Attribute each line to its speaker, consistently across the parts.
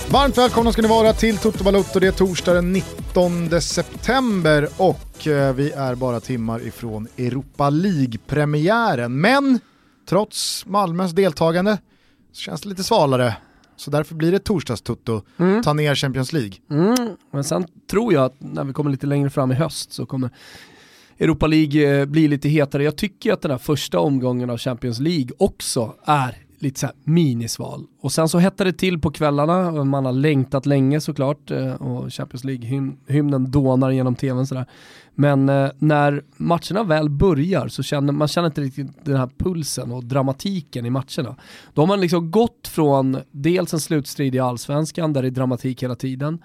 Speaker 1: Varmt välkomna ska ni vara till Toto Balotto. Det är torsdag den 19 september och vi är bara timmar ifrån Europa League-premiären. Men trots Malmös deltagande så känns det lite svalare. Så därför blir det torsdagstutto. Ta ner Champions League.
Speaker 2: Men sen tror jag att när vi kommer lite längre fram i höst så kommer Europa League bli lite hetare. Jag tycker att den här första omgången av Champions League också är lite så här minisval. Och sen så hettar det till på kvällarna. Man har längtat länge såklart. Och Champions League-hymnen dånar genom tvn sådär. Men när matcherna väl börjar så känner man inte riktigt den här pulsen och dramatiken i matcherna. Då har man liksom gått från dels en slutstrid i Allsvenskan där det är dramatik hela tiden.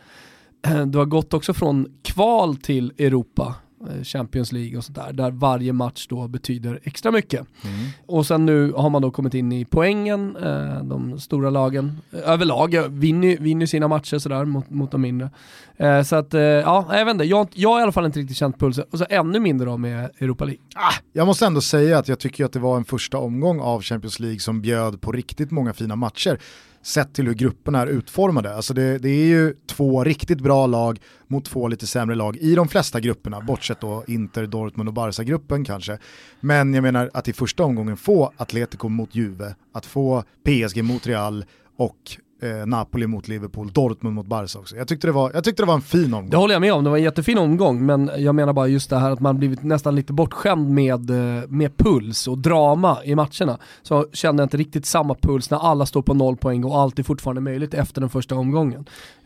Speaker 2: Du har gått också från kval till Europa, Champions League och sådär, där varje match då betyder extra mycket. Och sen nu har man då kommit in i poängen, de stora lagen överlag vinner sina matcher sådär mot de mindre. Så att ja, jag vet inte, jag har i alla fall inte riktigt känt pulsen, och så ännu mindre då med Europa League.
Speaker 1: Jag måste ändå säga att jag tycker att det var en första omgång av Champions League som bjöd på riktigt många fina matcher. Sett till hur grupperna är utformade. Alltså det är ju 2 riktigt bra lag mot 2 lite sämre lag i de flesta grupperna, bortsett då Inter, Dortmund och Barca-gruppen kanske. Men jag menar att i första omgången få Atletico mot Juve, att få PSG mot Real och Napoli mot Liverpool, Dortmund mot Barca också. Jag tyckte det var en fin omgång.
Speaker 2: Det håller jag med om, det var en jättefin omgång, men jag menar bara just det här att man blivit nästan lite bortskämd med puls och drama i matcherna. Så kände jag inte riktigt samma puls när alla står på 0 poäng och allt är fortfarande möjligt efter den första omgången.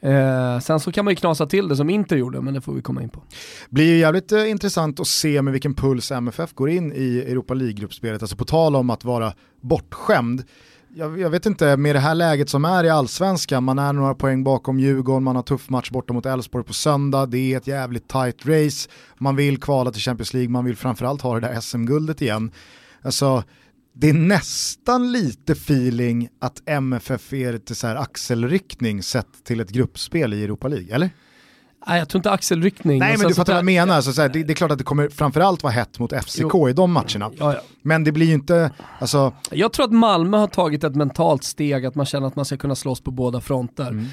Speaker 2: Sen så kan man ju knasa till det som Inter gjorde, men det får vi komma in på.
Speaker 1: Blir ju jävligt intressant att se med vilken puls MFF går in i Europa League-gruppspelet. Alltså på tal om att vara bortskämd. Jag vet inte, med det här läget som är i Allsvenskan, man är några poäng bakom Djurgården, man har tuff match borta mot Elfsborg på söndag, det är ett jävligt tight race, man vill kvala till Champions League, man vill framförallt ha det där SM-guldet igen. Alltså, det är nästan lite feeling att MFF är lite så här axelryckning sett till ett gruppspel i Europa League, eller?
Speaker 2: Nej, jag tror inte axelryckning.
Speaker 1: Nej, men du fattar vad jag menar. Så här, det är klart att det kommer framförallt vara hett mot FCK i de matcherna. Ja. Men det blir ju inte... Alltså...
Speaker 2: Jag tror att Malmö har tagit ett mentalt steg, att man känner att man ska kunna slåss på båda fronter.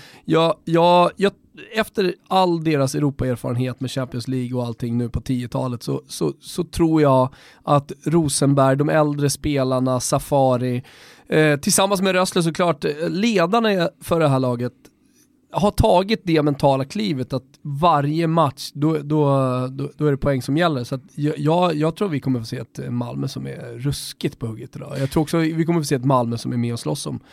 Speaker 2: Jag efter all deras Europa-erfarenhet med Champions League och allting nu på 10-talet så tror jag att Rosenberg, de äldre spelarna, Safari, tillsammans med Rössler såklart, ledarna för det här laget, har tagit det mentala klivet att varje match då är det poäng som gäller. Så att jag tror vi kommer få se ett Malmö som är ruskigt på hugget idag. Jag tror också vi kommer få se ett Malmö som är med och slåss om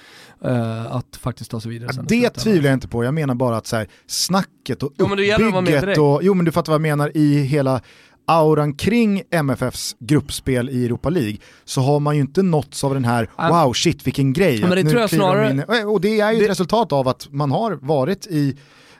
Speaker 2: att faktiskt ta sig vidare. Sen
Speaker 1: det tvivlar jag inte på. Jag menar bara att så här, snacket och
Speaker 2: uppbygget
Speaker 1: och... Jo, men du fattar vad jag menar i hela auran kring MFFs gruppspel i Europa League, så har man ju inte nåtts av den här wow shit vilken grej.
Speaker 2: Men det tror jag snarare...
Speaker 1: Och det är ju ett resultat av att man har varit i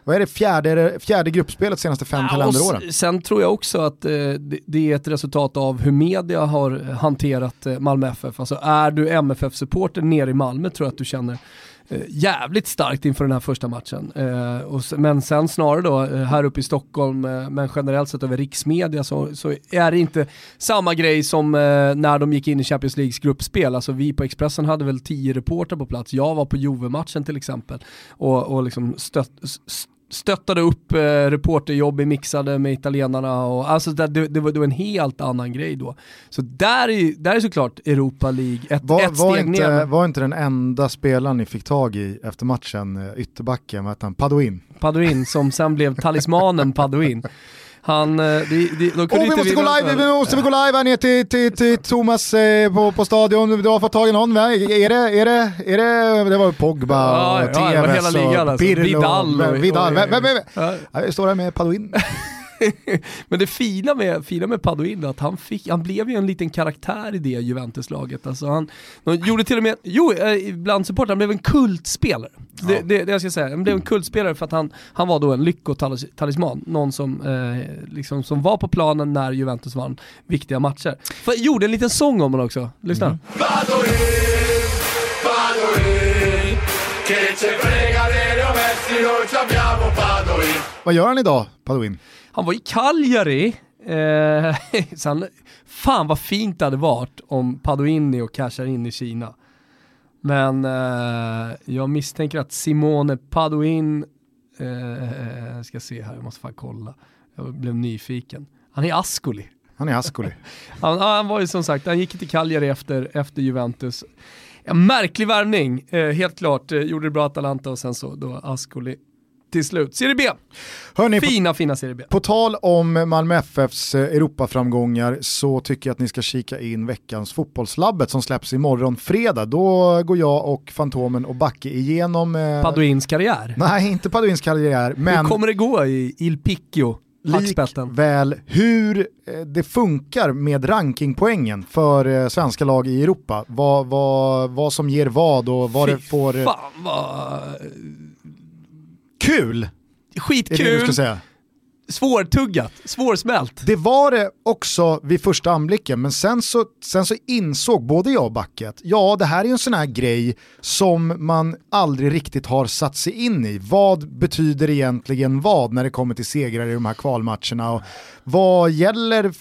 Speaker 1: fjärde gruppspelet de senaste 5 kalenderåren.
Speaker 2: Sen tror jag också att det är ett resultat av hur media har hanterat Malmö FF. Alltså är du MFF-supporter nere i Malmö, tror jag att du känner jävligt starkt inför den här första matchen. Men sen snarare då här uppe i Stockholm, men generellt sett över riksmedia så är det inte samma grej som när de gick in i Champions Leagues gruppspel. Alltså vi på Expressen hade väl 10 reporter på plats. Jag var på Juve-matchen till exempel och liksom stöttade upp reporterjobb i mixade med italienarna och alltså det var en helt annan grej då. Så där är såklart Europa League ett steg ner.
Speaker 1: Var inte den enda spelaren ni fick tag i efter matchen ytterbacken, vad heter han? Padoin som sen blev talismanen Padoin. Vi måste gå live här ner till Thomas på stadion. Du har fått tag i någon. Är det var Pogba och Tevez och Pirlo Vidal. Jag står där med Padoin.
Speaker 2: Men det fina med Padoin är att han blev ju en liten karaktär i det Juventus-laget. Alltså han gjorde till och med bland supportrar, han blev en kultspelare. Ja. Det jag ska säga, han blev en kultspelare för att han var då en lyckotalisman, någon som liksom som var på planen när Juventus vann viktiga matcher. För gjorde en liten sång om honom också. Lyssna.
Speaker 3: Padoin, che ce frega dei Messi, noi abbiamo Padoin.
Speaker 1: Vad gör han idag, Padoin?
Speaker 2: Han var i Cagliari. Fan vad fint det hade varit om Padoin och cashar in i Kina. Men jag misstänker att Simone Padoin, ska se här, jag måste fan kolla. Jag blev nyfiken. Han är Ascoli. Han var ju som sagt, han gick till Cagliari efter Juventus. En märklig värvning, helt klart. Gjorde det bra Atalanta och sen så då Ascoli till slut. Serie B. Hörrni, fina Serie B.
Speaker 1: På tal om Malmö FFs Europaframgångar så tycker jag att ni ska kika in veckans Fotbollslabbet som släpps imorgon fredag. Då går jag och Fantomen och Backe igenom...
Speaker 2: Padoins karriär?
Speaker 1: Nej, inte Padoins karriär. Men
Speaker 2: hur kommer det gå i Il Picchio?
Speaker 1: Likväl hur det funkar med rankingpoängen för svenska lag i Europa. Vad som ger vad och vad det får...
Speaker 2: Fan vad...
Speaker 1: Kul!
Speaker 2: Skitkul!
Speaker 1: Är det du ska säga.
Speaker 2: Svårtuggat, svårsmält.
Speaker 1: Det var det också vid första anblicken, men sen så insåg både jag och Backet, ja det här är en sån här grej som man aldrig riktigt har satt sig in i. Vad betyder egentligen vad när det kommer till segrar i de här kvalmatcherna och vad gäller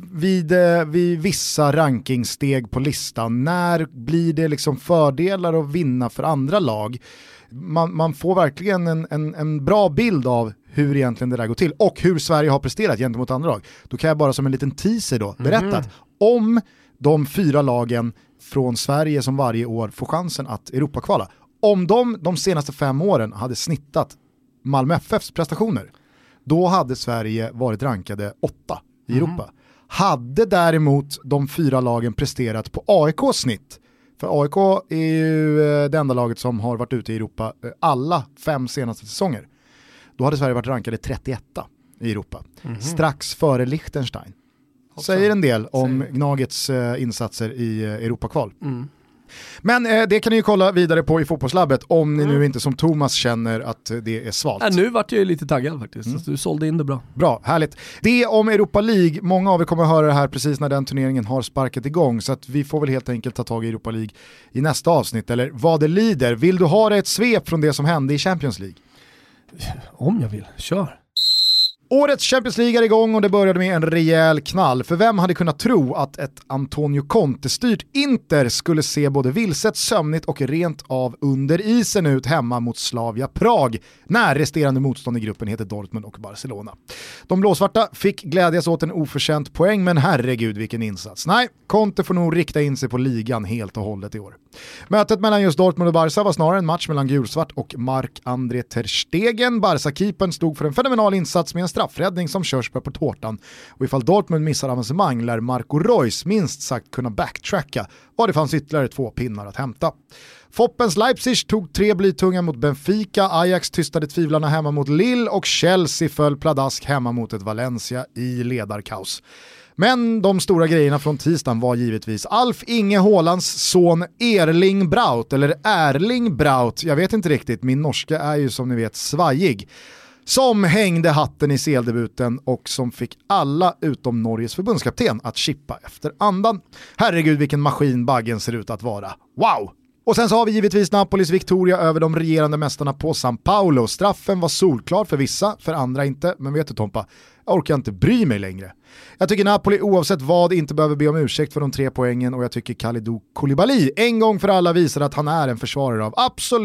Speaker 1: vid vissa rankingsteg på listan? När blir det liksom fördelar att vinna för andra lag? Man får verkligen en bra bild av hur egentligen det där går till och hur Sverige har presterat gentemot andra lag. Då kan jag bara som en liten teaser då berätta att om de 4 lagen från Sverige som varje år får chansen att Europakvala, om de senaste 5 åren hade snittat Malmö FFs prestationer, då hade Sverige varit rankade 8 i Europa. Hade däremot de 4 lagen presterat på AIKs snitt, för AIK är ju det enda laget som har varit ute i Europa alla 5 senaste säsonger. Då hade Sverige varit rankade 31 i Europa. Strax före Liechtenstein. Säger en del om Gnagets insatser i Europakval. Men det kan ni ju kolla vidare på i Fotbollslabbet om ni nu inte som Thomas känner att det är svalt.
Speaker 2: Nu vart jag lite taggad faktiskt. Så du sålde in det bra.
Speaker 1: Bra, härligt. Det om Europa League. Många av er kommer att höra det här precis när den turneringen har sparkat igång. Så att vi får väl helt enkelt ta tag i Europa League i nästa avsnitt. Eller vad det lider. Vill du ha ett svep från det som hände i Champions League?
Speaker 2: Om jag vill, kör.
Speaker 1: Årets Champions League är igång och det började med en rejäl knall. För vem hade kunnat tro att ett Antonio Conte-styrt Inter skulle se både vilset, sömnigt och rent av under isen ut hemma mot Slavia Prag när resterande motstånd i gruppen heter Dortmund och Barcelona. De blåsvarta fick glädjas åt en oförtjänt poäng, men herregud vilken insats. Nej, Conte får nog rikta in sig på ligan helt och hållet i år. Mötet mellan just Dortmund och Barca var snarare en match mellan gulsvart och Marc-André ter Stegen. Barca-keepern stod för en fenomenal insats med en straffräddning som körsbär på tårtan. Och ifall Dortmund missar avancemang lär Marco Reus minst sagt kunna backtracka och det fanns ytterligare 2 pinnar att hämta. Foppens Leipzig tog 3 blytunga mot Benfica, Ajax tystade tvivlarna hemma mot Lille och Chelsea föll pladask hemma mot ett Valencia i ledarkaos. Men de stora grejerna från tisdagen var givetvis Alf Inge Haalands son Erling Braut, eller Erling Braut, jag vet inte riktigt, min norska är ju som ni vet svajig, som hängde hatten i CL-debuten och som fick alla utom Norges förbundskapten att chippa efter andan. Herregud vilken maskin Baggen ser ut att vara. Wow! Och sen så har vi givetvis Napolis Victoria över de regerande mästarna på São Paulo. Straffen var solklar för vissa, för andra inte. Men vet du Tompa, jag orkar inte bry mig längre. Jag tycker Napoli oavsett vad inte behöver be om ursäkt för de 3 poängen och jag tycker Kalidou Koulibaly en gång för alla visar att han är en försvarare av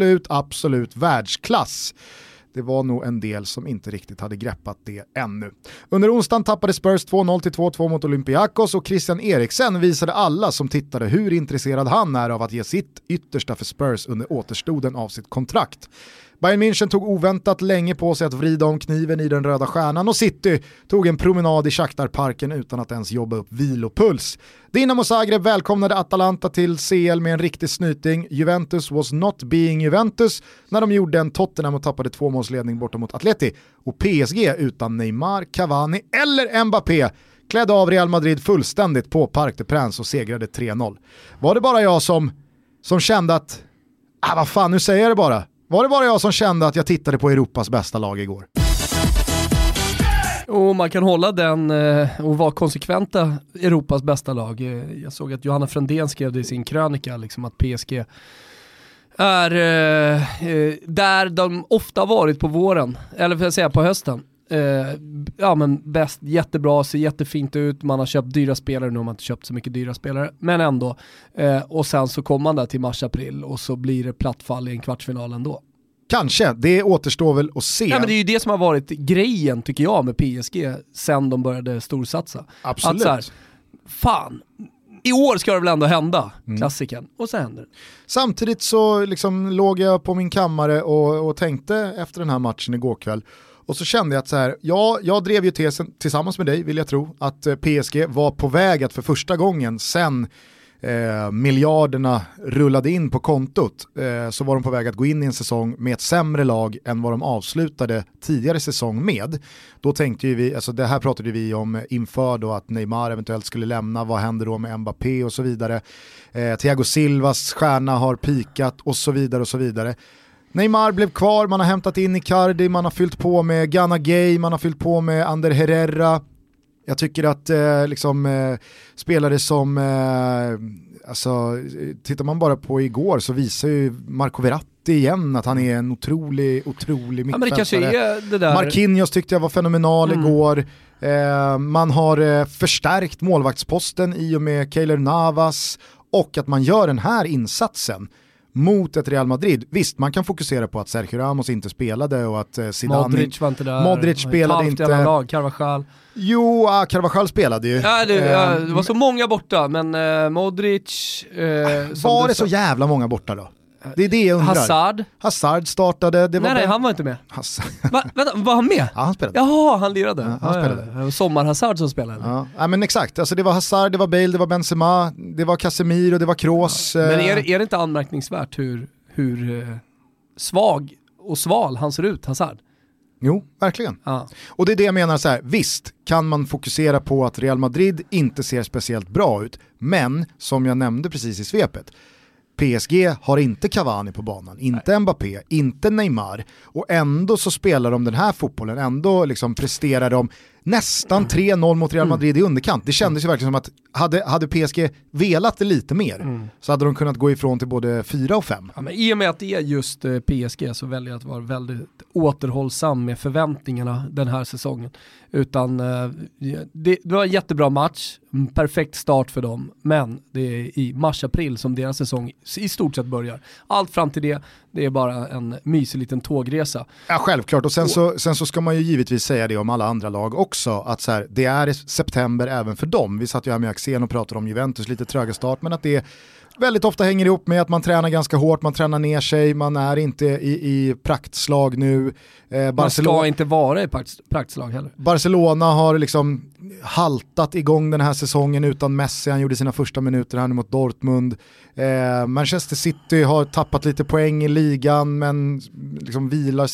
Speaker 1: absolut världsklass. Det var nog en del som inte riktigt hade greppat det ännu. Under onsdagen tappade Spurs 2-0 till 2-2 mot Olympiakos och Christian Eriksen visade alla som tittade hur intresserad han är av att ge sitt yttersta för Spurs under återstoden av sitt kontrakt. Bayern München tog oväntat länge på sig att vrida om kniven i den röda stjärnan och City tog en promenad i Shakhtar-parken utan att ens jobba upp vilopuls. Dinamo Zagreb välkomnade Atalanta till CL med en riktig snyting. Juventus was not being Juventus när de gjorde en Tottenham och tappade 2-målsledning borta mot Atleti. Och PSG utan Neymar, Cavani eller Mbappé klädde av Real Madrid fullständigt på Parc des Princes och segrade 3-0. Var det bara jag som kände att, vad fan nu säger jag det bara. Var det bara jag som kände att jag tittade på Europas bästa lag igår?
Speaker 2: Och man kan hålla den och vara konsekventa Europas bästa lag. Jag såg att Johanna Frändén skrev det i sin krönika liksom att PSG är där de ofta varit på våren, eller för att säga på hösten. bäst, jättebra, ser jättefint ut, man har köpt dyra spelare, nu har man inte köpt så mycket dyra spelare, men ändå. Och sen så kommer man där till mars-april och så blir det plattfall i en kvartsfinal ändå.
Speaker 1: Kanske, det återstår väl att se.
Speaker 2: Ja, men det är ju det som har varit grejen tycker jag med PSG sen de började storsatsa.
Speaker 1: Absolut.
Speaker 2: Att så här, fan, i år ska det väl ändå hända, klassiken. Och så händer det.
Speaker 1: Samtidigt så liksom låg jag på min kammare och tänkte efter den här matchen igår kväll. Och så kände jag att så här, jag drev ju tesen tillsammans med dig, vill jag tro, att PSG var på väg att för första gången sen miljarderna rullade in på kontot, så var de på väg att gå in i en säsong med ett sämre lag än vad de avslutade tidigare säsong med. Då tänkte ju vi, alltså det här pratade vi om inför då, att Neymar eventuellt skulle lämna, vad händer då med Mbappé och så vidare. Thiago Silvas stjärna har pikat och så vidare och så vidare. Neymar blev kvar, man har hämtat in Icardi, man har fyllt på med Gana Gay, man har fyllt på med Ander Herrera. Jag tycker att spelare som, tittar man bara på igår så visar ju Marco Verratti igen att han är en otrolig mittfältare.
Speaker 2: Ja, men det kanske är det där.
Speaker 1: Marquinhos tyckte jag var fenomenal igår. Man har förstärkt målvaktsposten i och med Keylor Navas, och att man gör den här insatsen mot ett Real Madrid. Visst, man kan fokusera på att Sergio Ramos inte spelade och att Zidane...
Speaker 2: Modric var inte där.
Speaker 1: Modric spelade inte.
Speaker 2: Carvajal.
Speaker 1: Jo, Carvajal spelade ju.
Speaker 2: Ja, det var så många borta, men Modric...
Speaker 1: var det så jävla många borta då? Det är det jag undrar. Hazard startade.
Speaker 2: Nej, han var inte med. Vänta, var han med?
Speaker 1: Ja, han spelade.
Speaker 2: Jaha, han lirade.
Speaker 1: Ja, han spelade.
Speaker 2: Sommar-Hazard som spelade.
Speaker 1: Ja, men exakt. Alltså, det var Hazard, det var Bale, det var Benzema, det var Casemiro, det var Kroos.
Speaker 2: Men är det inte anmärkningsvärt hur svag och sval han ser ut, Hazard?
Speaker 1: Jo, verkligen.
Speaker 2: Ja.
Speaker 1: Och det är det jag menar så här, visst kan man fokusera på att Real Madrid inte ser speciellt bra ut, men som jag nämnde precis i svepet, PSG har inte Cavani på banan, inte Mbappé, inte Neymar, och ändå så spelar de den här fotbollen, ändå liksom presterar de nästan 3-0 mot Real Madrid i underkant. Det kändes ju verkligen som att hade PSG velat det lite mer så hade de kunnat gå ifrån till både 4 och 5.
Speaker 2: Ja, men i och med att det är just PSG så väljer jag att vara väldigt återhållsam med förväntningarna den här säsongen. Utan det var en jättebra match, perfekt start för dem, men det är i mars-april som deras säsong i stort sett börjar. Allt fram till det är bara en mysig liten tågresa.
Speaker 1: Ja, självklart. Och sen så ska man ju givetvis säga det om alla andra lag också, att så här, det är september även för dem. Vi satt ju här med Axén och pratade om Juventus, lite tröga start, men att det väldigt ofta hänger ihop med att man tränar ganska hårt, man tränar ner sig, man är inte i praktslag nu.
Speaker 2: Man ska inte vara i praktslag heller.
Speaker 1: Barcelona har liksom haltat igång den här säsongen utan Messi, han gjorde sina första minuter här nu mot Dortmund. Manchester City har tappat lite poäng i ligan, men liksom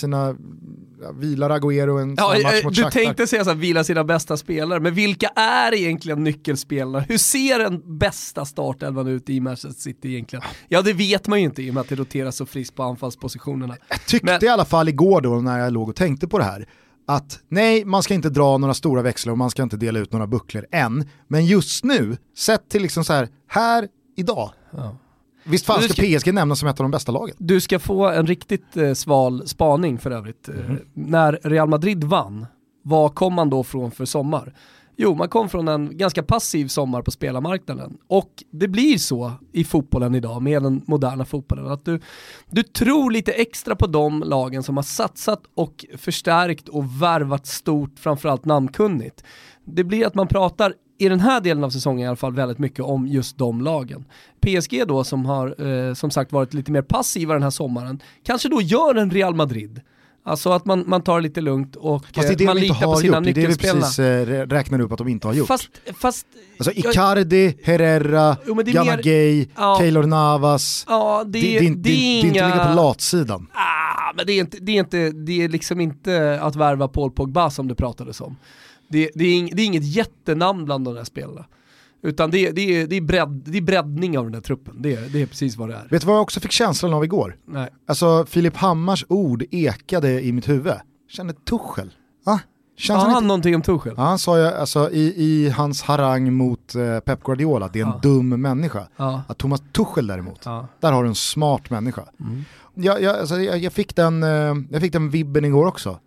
Speaker 1: vilar Agüero en sån match mot Shakhtar.
Speaker 2: Du tänkte säga så här, vila sina bästa spelare, men vilka är egentligen nyckelspelarna? Hur ser en bästa startelvan ut i Manchester City egentligen? Ja, det vet man ju inte i och med att det roterar så friskt på anfallspositionerna.
Speaker 1: Jag tyckte i alla fall igår då när jag låg och tänkte på det här, att nej, man ska inte dra några stora växlar och man ska inte dela ut några bucklor än, men just nu, sett till liksom så här idag, visst fan ska PSG nämnas som ett av de bästa lagen.
Speaker 2: Du ska få en riktigt sval spaning för övrigt. När Real Madrid vann, vad kom man då från för sommar? Jo, man kom från en ganska passiv sommar på spelarmarknaden. Och det blir så i fotbollen idag, med den moderna fotbollen, att du tror lite extra på de lagen som har satsat och förstärkt och värvat stort, framförallt namnkunnigt. Det blir att man pratar i den här delen av säsongen i alla fall väldigt mycket om just de lagen. PSG då, som har som sagt varit lite mer passiva den här sommaren, kanske då gör en Real Madrid. Alltså att man tar det lite lugnt och man litar på sina nyckelspelare.
Speaker 1: Det är det vi precis räknar upp att de inte har gjort.
Speaker 2: Fast
Speaker 1: alltså Icardi, Herrera, Gana Gay, Keylor Navas.
Speaker 2: Ja, det är
Speaker 1: inte ligga på latsidan.
Speaker 2: Men det är liksom inte att värva Paul Pogba som du pratade om. Det är inget jättenamn bland de där spelarna. Utan det är breddning av den där truppen. Det är precis vad det är.
Speaker 1: Vet du vad jag också fick känslan av igår?
Speaker 2: Nej.
Speaker 1: Alltså Filip Hammars ord ekade i mitt huvud. Kände Tuchel.
Speaker 2: Han någonting om Tuchel?
Speaker 1: Ja, han sa ju alltså, i hans harang mot Pep Guardiola, det är en dum människa. Att Thomas Tuchel däremot, där har du en smart människa. Jag fick den vibben igår också.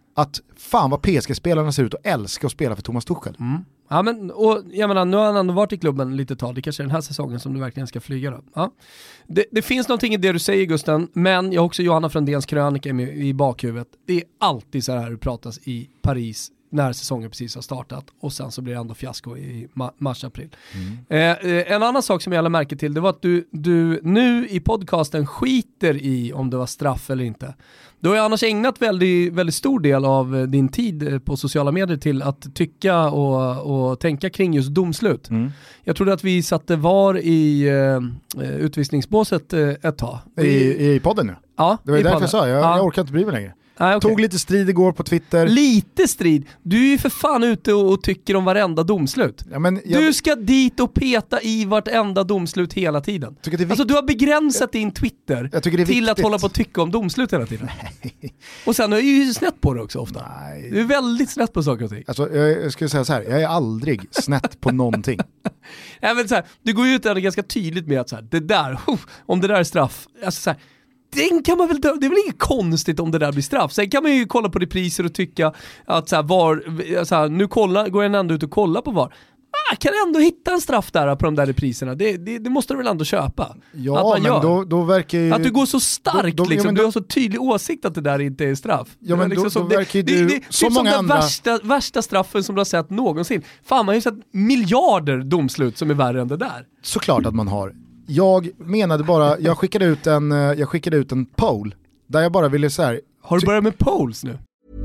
Speaker 1: att fan vad PSG-spelarna ser ut och älskar att spela för Thomas Tuchel.
Speaker 2: Ja, men, och jag menar, nu har han ändå varit i klubben lite tag. Det kanske är den här säsongen som du verkligen ska flyga då. Ja. Det finns någonting i det du säger, Gusten, men jag har också Johanna Fröndéns krönika i bakhuvudet. Det är alltid så här det pratas i Paris när säsongen precis har startat och sen så blir det ändå fiasko i mars-april. En annan sak som jag lade märke till, det var att du nu i podcasten skiter i om det var straff eller inte. Du har ju annars ägnat väldigt, väldigt stor del av din tid på sociala medier till att tycka och tänka kring just domslut. Jag trodde att vi satte VAR i utvisningsbåset ett tag.
Speaker 1: I podden nu?
Speaker 2: Ja,
Speaker 1: det var ju därför jag sa, jag orkar inte bry mig längre.
Speaker 2: Okay.
Speaker 1: Tog lite strid igår på Twitter.
Speaker 2: Lite strid? Du är ju för fan ute och tycker om varenda domslut.
Speaker 1: Ja, men
Speaker 2: du ska dit och peta i vartenda domslut hela tiden. Alltså du har begränsat din Twitter till att hålla på och tycka om domslut hela tiden. Nej. Och sen är du ju snett på det också ofta. Nej. Du är väldigt snett på saker och ting.
Speaker 1: Alltså, jag skulle säga så här, jag är aldrig snett på någonting.
Speaker 2: Ja, men så här, du går ju ut där ganska tydligt med att så här, det där, om det där är straff, alltså så här, den kan man väl, det är väl inget konstigt om det där blir straff. Sen kan man ju kolla på repriser och tycka att så här, nu går jag ändå ut och kollar på VAR. Kan ändå hitta en straff där på de där repriserna. Det måste du väl ändå köpa.
Speaker 1: Ja, men då verkar ju...
Speaker 2: Att du går så starkt liksom, du har så tydlig åsikt att det där inte är straff.
Speaker 1: Ja, men liksom, då verkar ju du... Det så
Speaker 2: typ
Speaker 1: många
Speaker 2: som den värsta straffen som du har sett någonsin. Fan, man har ju sett miljarder domslut som är värre än det där.
Speaker 1: Såklart att man har. Jag menade bara, jag skickade ut en poll där jag bara ville så här.
Speaker 2: Har du börjat med polls nu?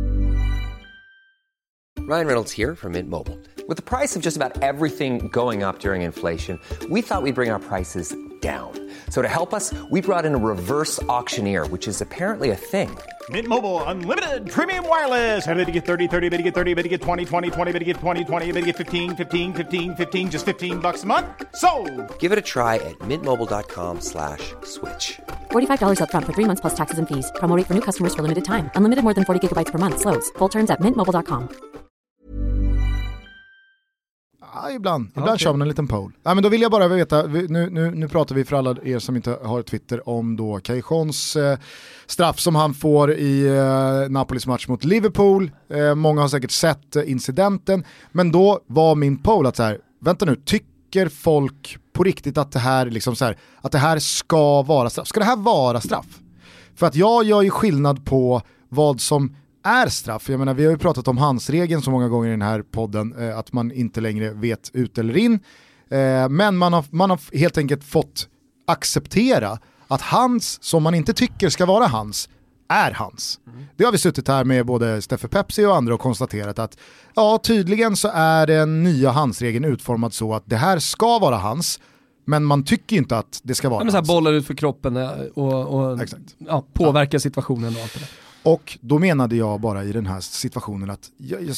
Speaker 4: Ryan Reynolds here from Mint Mobile. With the price of just about everything going up during inflation, we thought we'd bring our prices down. So to help us, we brought in a reverse auctioneer, which is apparently a thing.
Speaker 5: Mint Mobile Unlimited Premium Wireless. How to get 30, 30, bit to get 30, bit to get 20, 20, 20, bit to get 20, 20, bit to get 15, 15, 15, 15, just $15 a month? Sold!
Speaker 4: Give it a try at mintmobile.com/switch.
Speaker 6: $45 up front for 3 months plus taxes and fees. Promo rate for new customers for limited time. Unlimited more than 40 gigabytes per month. Slows full terms at mintmobile.com.
Speaker 1: Ja, ibland kör man en liten poll. Ja, men då vill jag bara veta, nu pratar vi för alla er som inte har Twitter om då Caixons straff som han får i Napolis match mot Liverpool. Många har säkert sett incidenten, men då var min poll att så här, vänta nu, tycker folk på riktigt att det här liksom så här, att det här ska vara straff? Ska det här vara straff? För att jag gör ju skillnad på vad som är straff. Jag menar, vi har ju pratat om handsregeln så många gånger i den här podden, att man inte längre vet ut eller in. Men man har helt enkelt fått acceptera att hans, som man inte tycker ska vara hans, är hans. Det har vi suttit här med både Steffe Pepsi och andra och konstaterat att ja, tydligen så är den nya handsregeln utformad så att det här ska vara hans, men man tycker inte att det ska vara hans.
Speaker 2: Så här bollar ut för kroppen och påverka situationen och allt det där.
Speaker 1: Och då menade jag bara i den här situationen att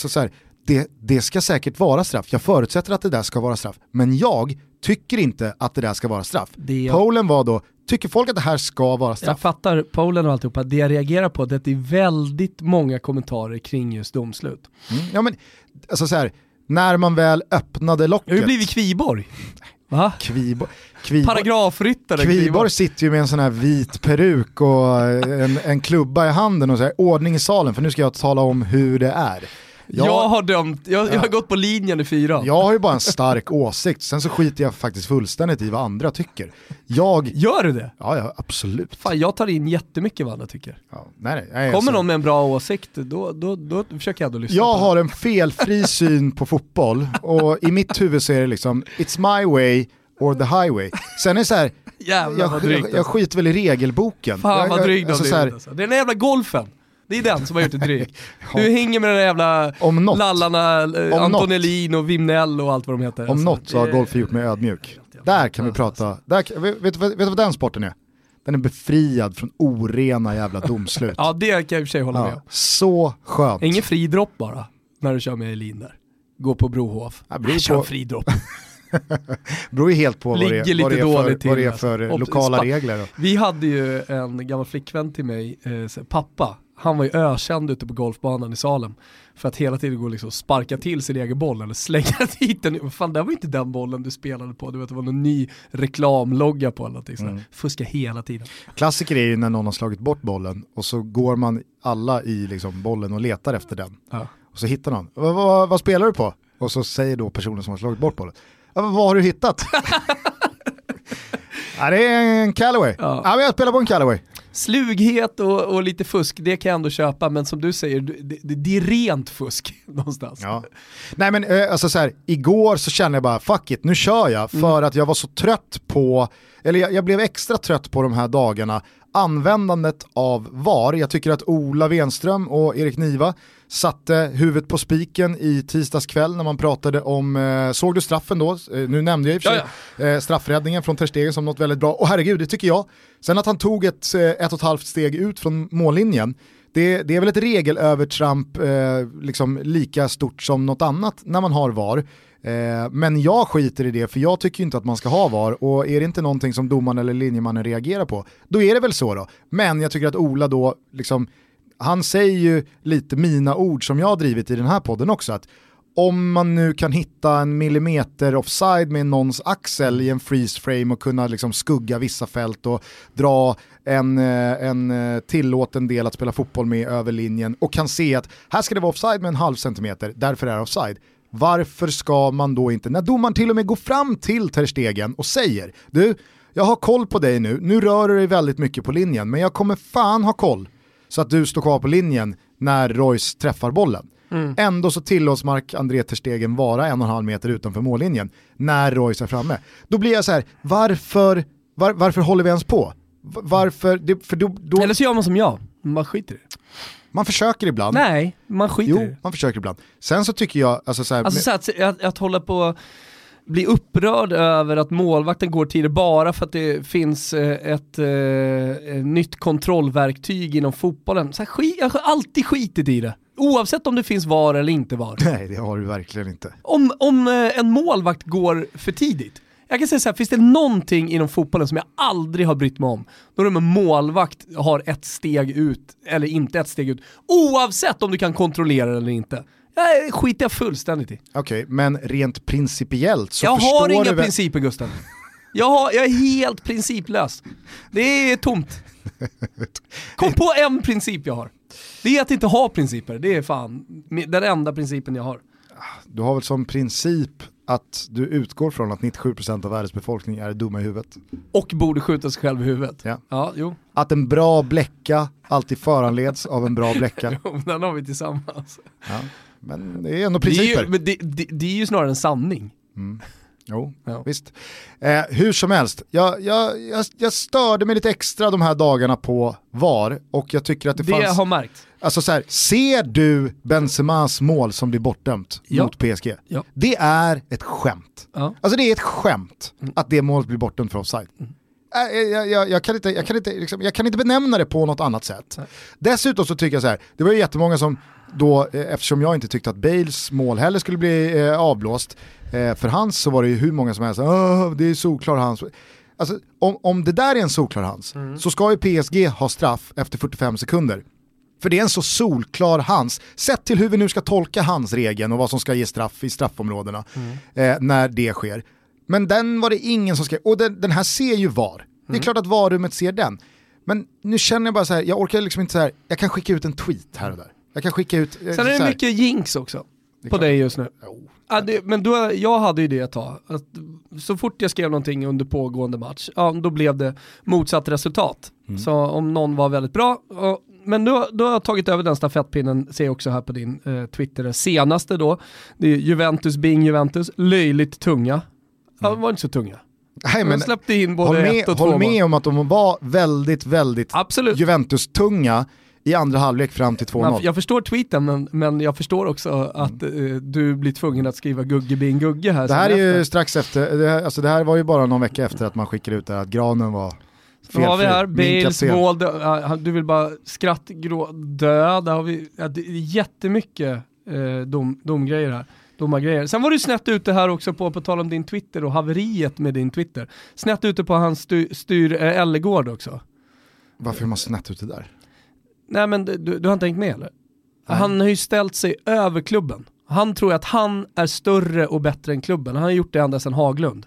Speaker 1: det ska säkert vara straff. Jag förutsätter att det där ska vara straff. Men jag tycker inte att det där ska vara straff. Pollen var då, tycker folk att det här ska vara straff?
Speaker 2: Jag fattar pollen och alltihopa. Det jag reagerar på är att det är väldigt många kommentarer kring just domslut.
Speaker 1: Ja, men alltså så här, när man väl öppnade locket...
Speaker 2: Jag har ju blivit Kviborg. Va? Paragrafryttare.
Speaker 1: Kviborg sitter ju med en sån här vit peruk och en klubba i handen och så här, ordning i salen, för nu ska jag tala om hur det är.
Speaker 2: Jag har dömt, jag har gått på linjen i 4.
Speaker 1: Jag har ju bara en stark åsikt, sen så skiter jag faktiskt fullständigt i vad andra tycker.
Speaker 2: Gör du det?
Speaker 1: Ja, absolut.
Speaker 2: Fan, jag tar in jättemycket vad andra tycker.
Speaker 1: Ja, nej,
Speaker 2: kommer någon med en bra åsikt, då försöker jag ändå lyssna.
Speaker 1: Jag har en felfri syn på fotboll och i mitt huvud så är det liksom it's my way or the highway. Sen är det så här, jag skiter väl i regelboken.
Speaker 2: Fan vad dryg alltså, alltså. Det är den jävla golfen. Det är den som har gjort det dryg. Du hänger med den jävla lallarna, Antonellin och Vimnell och allt vad de heter.
Speaker 1: Om alltså, något så har golf gjort mig ödmjuk. Där kan vi prata. Vet du vad den sporten är? Den är befriad från orena jävla domslut.
Speaker 2: Ja, det kan jag i och för sig hålla med om.
Speaker 1: Så skönt.
Speaker 2: Ingen fri dropp bara när du kör med Elin där. Gå på Brohof. Jag kör fri dropp.
Speaker 1: Beror ju helt på vad det är för lokala regler. Då.
Speaker 2: Vi hade ju en gammal flickvän till mig, pappa. Han var ju ökänd ute på golfbanan i Salem för att hela tiden gå liksom sparka till sin egen boll eller slänga dit den. Fan, det var inte den bollen du spelade på. Du vet, det var någon ny reklamlogga på eller någonting. Fuska hela tiden.
Speaker 1: Klassiker är ju när någon har slagit bort bollen och så går man alla i liksom bollen och letar efter den.
Speaker 2: Ja.
Speaker 1: Och så hittar någon. Vad spelar du på? Och så säger då personen som har slagit bort bollen. Vad har du hittat? Ja, det är en Callaway. Ja, men jag spelar på en Callaway.
Speaker 2: Slughet och lite fusk, det kan jag ändå köpa, men som du säger, det är rent fusk någonstans.
Speaker 1: Ja. Nej men alltså så här, igår så kände jag bara fuck it, nu kör jag för att jag var så trött på, eller jag blev extra trött på de här dagarna, användandet av VAR. Jag tycker att Ola Wenström och Erik Niva satte huvudet på spiken i tisdags kväll när man pratade om, såg du straffen då? Nu nämnde jag i och för sig straffräddningen från Ter Stegen som något väldigt bra. Och herregud, det tycker jag. Sen att han tog ett 1,5 steg ut från mållinjen, det är väl ett regelövertramp liksom lika stort som något annat när man har VAR. Men jag skiter i det, för jag tycker inte att man ska ha VAR, och är det inte någonting som domaren eller linjemannen reagerar på, då är det väl så då. Men jag tycker att Ola då liksom, han säger ju lite mina ord som jag har drivit i den här podden också, att om man nu kan hitta en millimeter offside med någons axel i en freeze frame och kunna liksom skugga vissa fält och dra en tillåten del att spela fotboll med över linjen och kan se att här ska det vara offside med 0,5 centimeter, därför är det offside. Varför ska man då inte, när domaren till och med går fram till Ter Stegen och säger, du, jag har koll på dig nu rör du dig väldigt mycket på linjen, men jag kommer fan ha koll så att du står kvar på linjen när Royce träffar bollen. Ändå så tillåts Marc-André Ter Stegen vara 1,5 meter utanför mållinjen när Royce är framme. Då blir jag så här, varför håller vi ens på? Varför? För då...
Speaker 2: Eller så gör man som jag, man skiter i det.
Speaker 1: Man försöker ibland.
Speaker 2: Nej, man skiter i det.
Speaker 1: Jo, man försöker ibland. Sen så tycker jag...
Speaker 2: att hålla på bli upprörd över att målvakten går tidigare bara för att det finns ett nytt kontrollverktyg inom fotbollen. Så här, jag har alltid skitit i det. Oavsett om det finns VAR eller inte VAR.
Speaker 1: Nej, det har du verkligen inte.
Speaker 2: Om en målvakt går för tidigt. Jag kan säga så här, finns det någonting inom fotbollen som jag aldrig har brytt mig om, då är det med målvakt har ett steg ut eller inte ett steg ut. Oavsett om du kan kontrollera det eller inte. Jag skiter fullständigt i.
Speaker 1: Okej, men rent principiellt så
Speaker 2: jag
Speaker 1: förstår
Speaker 2: har inga
Speaker 1: du
Speaker 2: principer, Gustav. Jag är helt principlös. Det är tomt. Kom på en princip jag har. Det är att inte ha principer. Det är fan den enda principen jag har.
Speaker 1: Du har väl som princip att du utgår från att 97% av världens befolkning är dumma i huvudet.
Speaker 2: Och borde skjuta sig själv i huvudet.
Speaker 1: Ja,
Speaker 2: jo.
Speaker 1: Att en bra bläcka alltid föranleds av en bra bläcka.
Speaker 2: Den har vi tillsammans.
Speaker 1: Ja, men det är ändå principer.
Speaker 2: Det är ju snarare en sanning.
Speaker 1: Jo, visst. Hur som helst, jag störde mig lite extra de här dagarna på VAR, och jag tycker att det fanns...
Speaker 2: Det har märkt.
Speaker 1: Alltså så här, ser du Benzemas mål som blir bortdömt mot PSG?
Speaker 2: Ja.
Speaker 1: Det är ett skämt.
Speaker 2: Ja.
Speaker 1: Alltså det är ett skämt att det målet blir bortdömt för offside. Jag kan inte benämna det på något annat sätt. Nej. Dessutom så tycker jag så här, det var ju jättemånga som då, eftersom jag inte tyckte att Bales mål heller skulle bli avblåst, för hans så var det ju hur många som helst, det är solklar hans. Alltså om det där är en solklar hans, så ska ju PSG ha straff efter 45 sekunder. För det är en så solklar hans, sett till hur vi nu ska tolka hans regeln och vad som ska ge straff i straffområdena när det sker. Men den var det ingen som ska, och den här ser ju VAR. Det är klart att VAR-rummet ser den. Men nu känner jag bara så här, jag orkar liksom inte så här, jag kan skicka ut en tweet här och där. Jag kan skicka ut...
Speaker 2: Sen är det mycket jinx också på dig just nu. Men jag hade ju det ett tag. Att så fort jag skrev någonting under pågående match, då blev det motsatt resultat. Så om någon var väldigt bra... Men då har jag tagit över den stafettpinnen, ser jag också här på din Twitter. Senaste då, det är Juventus being Juventus, löjligt tunga. Ja, de var inte så tunga.
Speaker 1: Nej, men
Speaker 2: släppte in både ett och två.
Speaker 1: Håll med om att de var väldigt, väldigt Juventus-tunga i andra halvlek fram till 2-0.
Speaker 2: Jag förstår tweeten, men jag förstår också att du blir tvungen att skriva Gugge being Gugge här.
Speaker 1: Det här är ju strax efter, det här var ju bara någon vecka efter att man skickade ut det, att Granen var...
Speaker 2: Så har vi här Bales mål, du vill bara dö, där har vi det är jättemycket domgrejer här, domargrejer. Sen var du snett ute här också på tal om din Twitter och haveriet med din Twitter. Snett ute på hans styr Ellegård också.
Speaker 1: Varför är man snett ute där?
Speaker 2: Nej, men du har inte tänkt med eller? Nej. Han har ju ställt sig över klubben. Han tror att han är större och bättre än klubben. Han har gjort det ända sedan Haglund.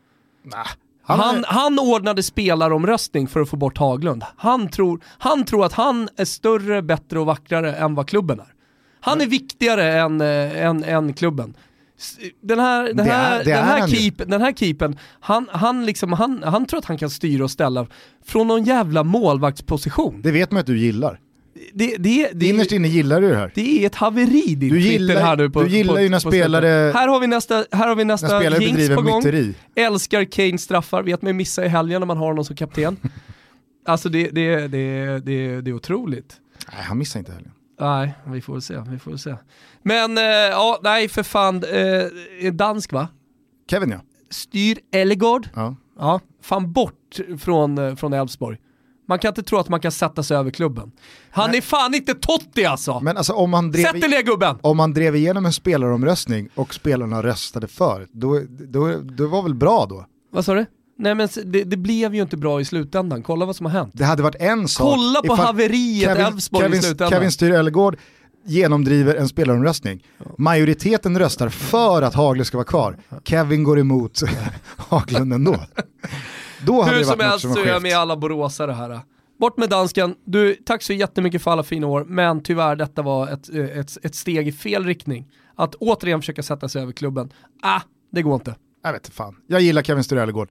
Speaker 2: Han ordnade spelaromröstning för att få bort Haglund. Han tror att han är större, bättre och vackrare än vad klubben är. Han är viktigare än klubben. Den här keepen, han tror att han kan styra och ställa från någon jävla målvaktsposition.
Speaker 1: Det vet man att du gillar. Innerst inne gillar du det här.
Speaker 2: Det är ett haveri din Twitter här nu på.
Speaker 1: Du gillar ju när spelare.
Speaker 2: Här har vi nästa jinx på gång.
Speaker 1: Myteri.
Speaker 2: Älskar Kane straffar, vet man missa i helgen när man har någon som kapten. Alltså det är otroligt.
Speaker 1: Nej, han missar inte helgen.
Speaker 2: Nej, vi får se. Men nej för fan, dansk va?
Speaker 1: Kevin ja.
Speaker 2: Styr Ellegård.
Speaker 1: Ja.
Speaker 2: Fan bort från Elfsborg. Man kan inte tro att man kan sätta sig över klubben. Han är fan inte Totti alltså.
Speaker 1: Men alltså om man drev
Speaker 2: sätt den gubben.
Speaker 1: Om man drev igenom en spelaromröstning och spelarna röstade för, då var väl bra då?
Speaker 2: Vad sa du? Nej men det blev ju inte bra i slutändan. Kolla vad som har hänt.
Speaker 1: Det hade varit en sak.
Speaker 2: Kolla på haveriet Elfsborg i slutändan.
Speaker 1: Kevin Styr Ellegård genomdriver en spelaromröstning. Majoriteten röstar för att Haglund ska vara kvar. Kevin går emot Haglund ändå. Då hade
Speaker 2: hur
Speaker 1: det varit
Speaker 2: som helst så är jag med alla boråsare här. Bort med dansken. Du, tack så jättemycket för alla fina år. Men tyvärr detta var ett steg i fel riktning. Att återigen försöka sätta sig över klubben. Det går inte.
Speaker 1: Jag vet inte fan. Jag gillar Kevin Styr Ellegård.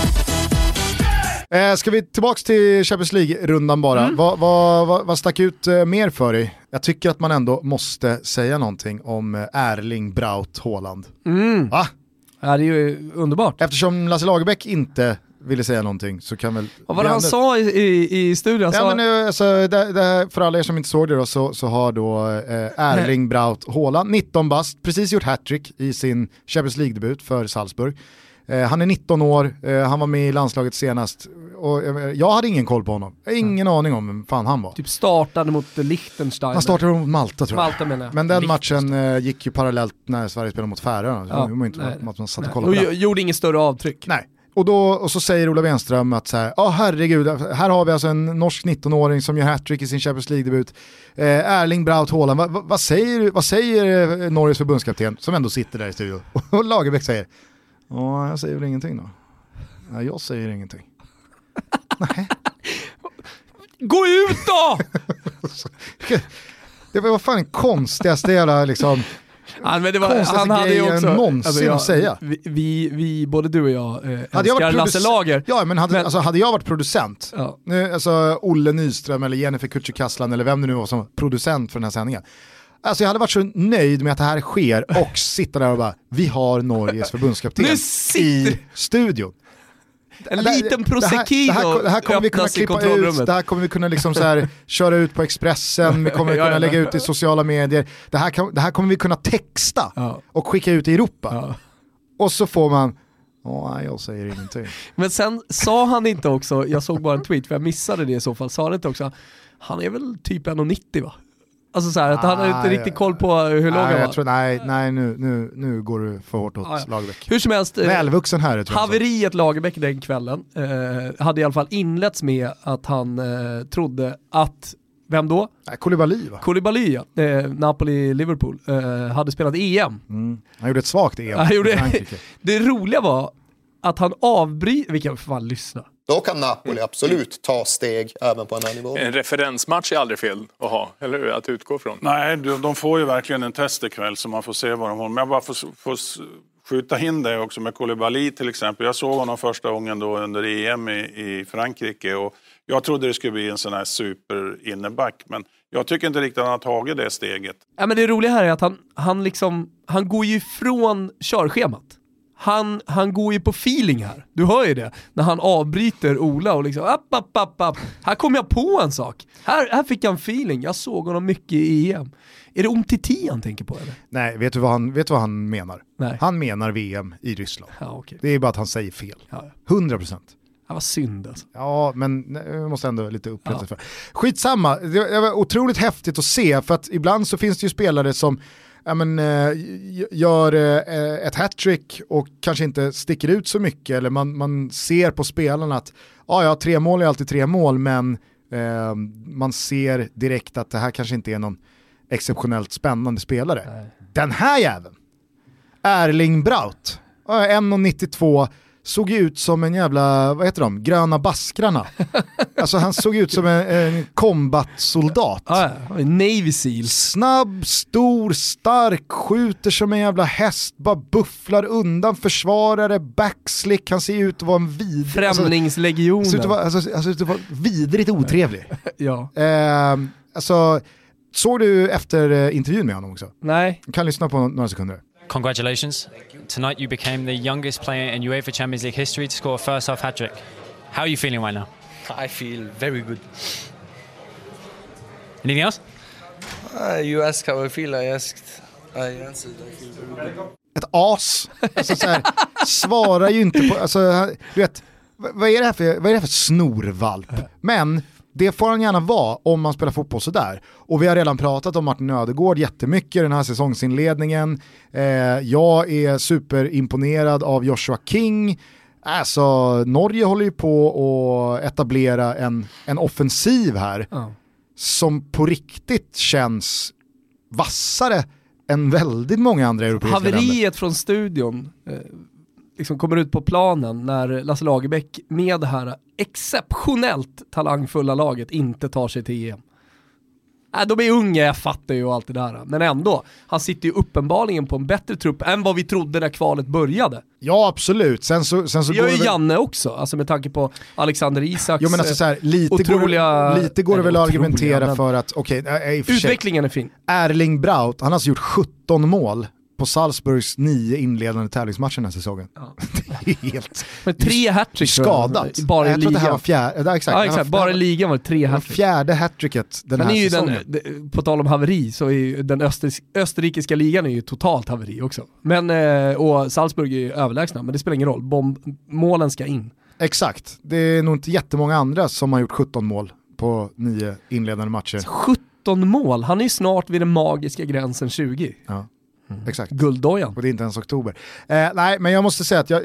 Speaker 1: Ska vi tillbaka till Champions League-rundan bara? Vad stack ut mer för dig? Jag tycker att man ändå måste säga någonting om Erling Braut Haaland. Va?
Speaker 2: Ja, det är ju underbart.
Speaker 1: Eftersom Lasse Lagerbäck inte ville säga någonting så kan väl...
Speaker 2: Vad var det han sa i studion?
Speaker 1: För alla er som inte såg det då, så har då Erling Braut Haaland, 19 bast, precis gjort hattrick i sin Champions League-debut för Salzburg. Han är 19 år, han var med i landslaget senast och jag hade ingen koll på honom. Ingen aning om vem fan han var.
Speaker 2: Typ startade mot Liechtenstein.
Speaker 1: Han startade mot Malta tror jag.
Speaker 2: Malta menar jag.
Speaker 1: Men den matchen gick ju parallellt när Sverige spelade mot Färöarna. Man satt och kollade på
Speaker 2: det. Och gjorde ingen större avtryck.
Speaker 1: Nej. Och så säger Ola Wenström att så här, herregud, här har vi alltså en norsk 19-åring som gör hattrick i sin Champions League-debut. Erling Braut Haaland, vad säger Norges förbundskapten som ändå sitter där i studion? Och Lagerbäck säger, jag säger väl ingenting då. Nej, jag säger ingenting. Nej.
Speaker 2: Gå ut då!
Speaker 1: Det var fan den konstigaste jävla liksom...
Speaker 2: Han hade ju också
Speaker 1: någonsin att säga.
Speaker 2: Vi både du och jag älskar Lasse Lager.
Speaker 1: Ja, men hade jag varit producent, nu, alltså Olle Nyström eller Jennifer Kutcher-Kasslan eller vem det nu var som producent för den här sändningen. Alltså jag hade varit så nöjd med att det här sker och sitta där och bara, vi har Norges förbundskapten i studion.
Speaker 2: En liten Prosecchino
Speaker 1: det här kommer vi kunna klippa ut, det här kommer vi kunna liksom så här, köra ut på Expressen, vi kommer kunna lägga ut i sociala medier, det här kommer vi kunna texta och skicka ut i Europa. Och så får man, jag säger ingenting.
Speaker 2: Men sen sa han inte också, jag såg bara en tweet för jag missade det i så fall, sa han inte också, han är väl typ 1,90 va? Alltså så här, att han hade inte riktigt koll på hur låg han var.
Speaker 1: Nu går du för hårt åt Lagerbäck.
Speaker 2: Hur som helst,
Speaker 1: välvuxen här, tror jag.
Speaker 2: Haveriet Lagerbäck den kvällen hade i alla fall inletts med att han trodde att, vem då? Koulibaly, ja. Napoli-Liverpool hade spelat EM.
Speaker 1: Han gjorde ett svagt EM.
Speaker 2: Det roliga var att han avbryter, vi kan fan lyssna.
Speaker 7: Då kan Napoli absolut ta steg även på den här nivån.
Speaker 8: En referensmatch är aldrig fel att ha, eller hur? Att utgå från.
Speaker 9: Nej, de får ju verkligen en test ikväll så man får se vad de har. Men jag bara får skjuta in det också med Koulibaly till exempel. Jag såg honom första gången då under EM i Frankrike och jag trodde det skulle bli en sån här super inneback, men jag tycker inte riktigt att han har tagit det steget.
Speaker 2: Ja, men det roliga här är att han går ju ifrån körschemat. Han går ju på feeling här. Du hör ju det. När han avbryter Ola och liksom app. Här kom jag på en sak. Här fick jag en feeling. Jag såg honom mycket i EM. Är det Umtiti han tänker på eller?
Speaker 1: Nej, vet du vad han menar? Nej. Han menar VM i Ryssland.
Speaker 2: Ja, okay.
Speaker 1: Det är bara att han säger fel. 100%.
Speaker 2: Det var synd alltså.
Speaker 1: Ja, men jag måste ändå lite upprätta för. Skitsamma. Det var otroligt häftigt att se, för att ibland så finns det ju spelare som gör ett hattrick och kanske inte sticker ut så mycket, eller man ser på spelarna att 3 mål är alltid 3 mål, men Man ser direkt att det här kanske inte är någon exceptionellt spännande spelare. Nej. Den här jäveln, Erling Braut, 1,92, såg ut som en jävla, vad heter de, gröna baskrarna. Alltså han såg ut som en combat-soldat.
Speaker 2: Navy Seal.
Speaker 1: Snabb, stor, stark, skjuter som en jävla häst, bara bufflar undan försvarare, backslick, han ser ut att vara en vidrig...
Speaker 2: Främlingslegionen.
Speaker 1: Alltså ut att vara vidrigt otrevlig.
Speaker 2: Ja.
Speaker 1: Alltså, såg du efter intervjun med honom också?
Speaker 2: Nej.
Speaker 1: Du kan lyssna på några sekunder.
Speaker 10: Congratulations. Tonight you became the youngest player in UEFA Champions League history to score a first-half hat-trick. How are you feeling right now?
Speaker 11: I feel very good.
Speaker 10: Anything else?
Speaker 11: You asked how I feel, I answered I feel very good.
Speaker 1: Ett as. Alltså så här, svarar ju inte på... Alltså, du vet, vad är det här för snorvalp? Men... det får han gärna vara om man spelar fotboll så där. Och vi har redan pratat om Martin Ödegård jättemycket den här säsongsinledningen. Jag är superimponerad av Joshua King. Alltså, Norge håller ju på att etablera en offensiv här som på riktigt känns vassare än väldigt många andra europeiska länder.
Speaker 2: Haveriet från studion liksom kommer ut på planen när Lasse Lagerbäck med det här exceptionellt talangfulla laget inte tar sig till EM. De är unga, jag fattar ju allt det där. Men ändå, han sitter ju uppenbarligen på en bättre trupp än vad vi trodde när kvalet började.
Speaker 1: Ja, absolut. Sen så
Speaker 2: det gör ju Janne också, alltså med tanke på Alexander Isaks
Speaker 1: jo, men alltså så här, lite går det väl att argumentera för att
Speaker 2: utvecklingen är fin.
Speaker 1: Erling Braut, han har alltså gjort 17 mål på Salzburgs 9 inledande tävlingsmatcher den här säsongen. Ja. Det är helt...
Speaker 2: Men 3 hattrick
Speaker 1: skadat.
Speaker 2: Bara i ligan.
Speaker 1: Det här var fjärde, exakt.
Speaker 2: Bara i ligan var det 3 hattrick.
Speaker 1: Fjärde hattricket den här säsongen.
Speaker 2: På tal om haveri så är ju den österrikiska ligan är ju totalt haveri också. Men, och Salzburg är ju överlägsna, men det spelar ingen roll. Målen ska in.
Speaker 1: Exakt. Det är nog inte jättemånga andra som har gjort 17 mål på 9 inledande matcher.
Speaker 2: 17 mål? Han är ju snart vid den magiska gränsen 20.
Speaker 1: Ja. Exakt.
Speaker 2: Gulddojan.
Speaker 1: Och det är inte ens oktober. Nej, men jag måste säga att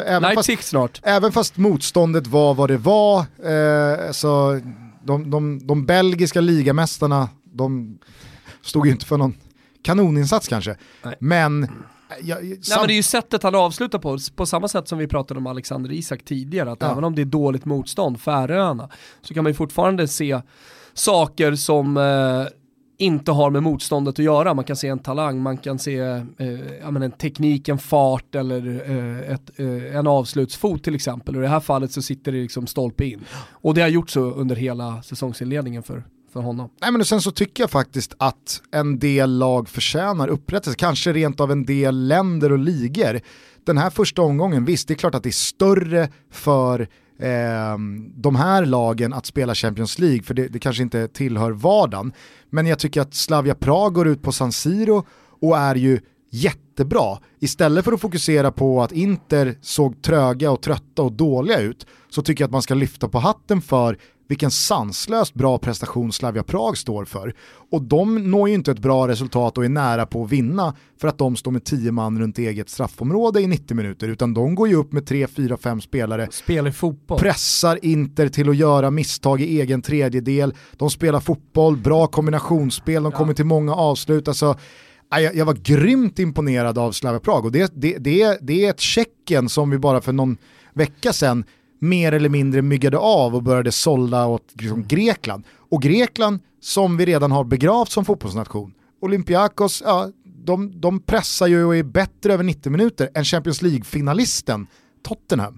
Speaker 1: även fast motståndet var vad det var, så de belgiska ligamästarna, de stod ju inte för någon kanoninsats kanske. Nej. Men
Speaker 2: men det är ju sättet han avslutar på samma sätt som vi pratade om Alexander Isak tidigare, att även om det är dåligt motstånd, Färöarna, så kan man ju fortfarande se saker som inte har med motståndet att göra. Man kan se en talang, man kan se en teknik, en fart eller en avslutsfot till exempel. Och i det här fallet så sitter det liksom stolpe in. Och det har gjort så under hela säsongsinledningen för honom.
Speaker 1: Nej, men sen så tycker jag faktiskt att en del lag förtjänar upprättelse. Kanske rent av en del länder och ligor. Den här första omgången, visst, det är klart att det är större för de här lagen att spela Champions League, för det kanske inte tillhör vardagen. Men jag tycker att Slavia Prag går ut på San Siro och är ju jättebra. Istället för att fokusera på att Inter såg tröga och trötta och dåliga ut, så tycker jag att man ska lyfta på hatten för vilken sanslöst bra prestation Slavia Prag står för. Och de når ju inte ett bra resultat och är nära på att vinna för att de står med 10 man runt eget straffområde i 90 minuter, utan de går ju upp med 3, 4, 5 spelare.
Speaker 2: Spelar fotboll.
Speaker 1: Pressar Inter till att göra misstag i egen tredjedel. De spelar fotboll, bra kombinationsspel, de kommer till många avslut. Alltså, jag var grymt imponerad av Slavia Prag, och det är ett checken som vi bara för någon vecka sedan mer eller mindre myggade av och började sålla åt liksom Grekland. Och Grekland, som vi redan har begravt som fotbollsnation. Olympiakos, de pressar ju och är bättre över 90 minuter än Champions League-finalisten Tottenham.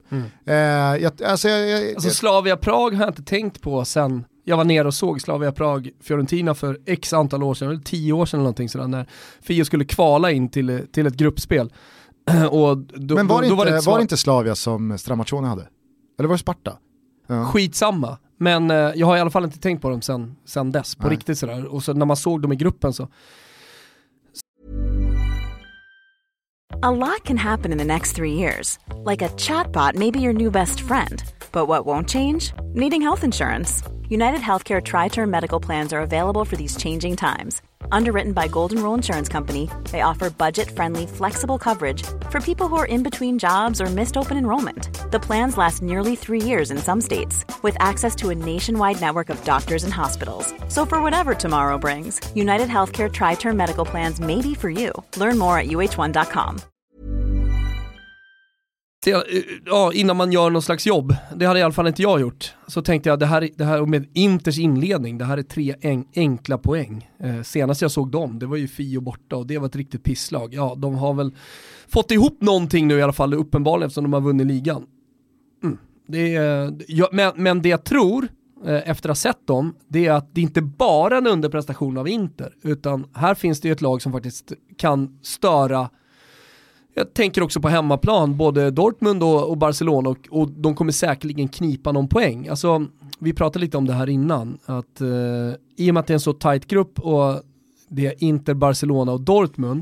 Speaker 2: Slavia Prag har jag inte tänkt på sen jag var nere och såg Slavia Prag Fiorentina för x antal år sedan, eller 10 år sedan eller någonting sådär, när Fio skulle kvala in till ett gruppspel. Och
Speaker 1: men var det inte Slavia som Stramaccioni hade? Eller var det Sparta? Ja.
Speaker 2: Skitsamma. Men jag har i alla fall inte tänkt på dem sen dess. På riktigt sådär. Och så när man såg dem i gruppen så...
Speaker 12: A lot can happen in the next 3 years. Like a chatbot may be your new best friend. But what won't change? Needing health insurance. United Healthcare Tri-Term Medical Plans are available for these changing times. Underwritten by Golden Rule Insurance Company, they offer budget-friendly, flexible coverage for people who are in between jobs or missed open enrollment. The plans last nearly 3 years in some states, with access to a nationwide network of doctors and hospitals. So for whatever tomorrow brings, United Healthcare Tri-Term Medical Plans may be for you. Learn more at uh1.com.
Speaker 2: Ja, innan man gör någon slags jobb, det hade i alla fall inte jag gjort, så tänkte jag det här med Inters inledning, det här är 3 enkla poäng. Senast jag såg dem, det var ju Fio borta och det var ett riktigt pisslag. Ja, de har väl fått ihop någonting nu i alla fall, uppenbarligen, eftersom de har vunnit ligan. Men det jag tror efter att ha sett dem, det är att det inte bara är en underprestation av Inter, utan här finns det ju ett lag som faktiskt kan störa. Jag tänker också på hemmaplan, både Dortmund och Barcelona, och de kommer säkerligen knipa någon poäng. Alltså, vi pratade lite om det här innan, att i och med att det är en så tight grupp och det är Inter, Barcelona och Dortmund,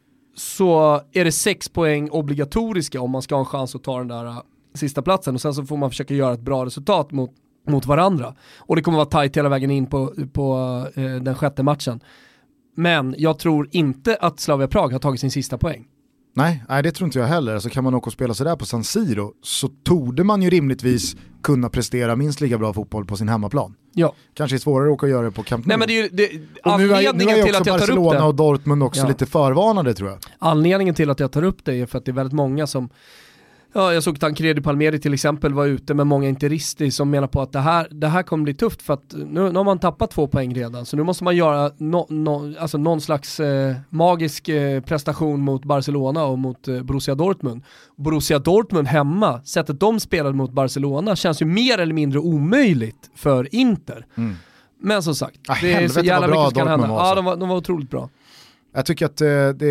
Speaker 2: så är det 6 poäng obligatoriska om man ska ha en chans att ta den där sista platsen, och sen så får man försöka göra ett bra resultat mot varandra. Och det kommer vara tight hela vägen in på den 6:e matchen. Men jag tror inte att Slavia Prag har tagit sin sista poäng.
Speaker 1: Nej, det tror inte jag heller. Så kan man åka och spela sig där på San Siro, så torde man ju rimligtvis kunna prestera minst lika bra fotboll på sin hemmaplan.
Speaker 2: Ja.
Speaker 1: Kanske är svårare att åka och göra det på Camp Nou.
Speaker 2: Nej, men det är
Speaker 1: anledningen
Speaker 2: till att jag tar upp det.
Speaker 1: Barcelona och Dortmund också lite förvarnade, tror jag.
Speaker 2: Anledningen till att jag tar upp det är för att det är väldigt många som... Ja, jag såg Tancredi Palmeri till exempel var ute med många interister som menar på att det här kommer bli tufft, för att nu har man tappat 2 poäng redan, så nu måste man göra alltså någon slags magisk prestation mot Barcelona och mot Borussia Dortmund. Borussia Dortmund hemma, sättet de spelade mot Barcelona känns ju mer eller mindre omöjligt för Inter. Men som sagt, det är så jävla mycket som kan hända. Ja, de var otroligt bra.
Speaker 1: Jag tycker att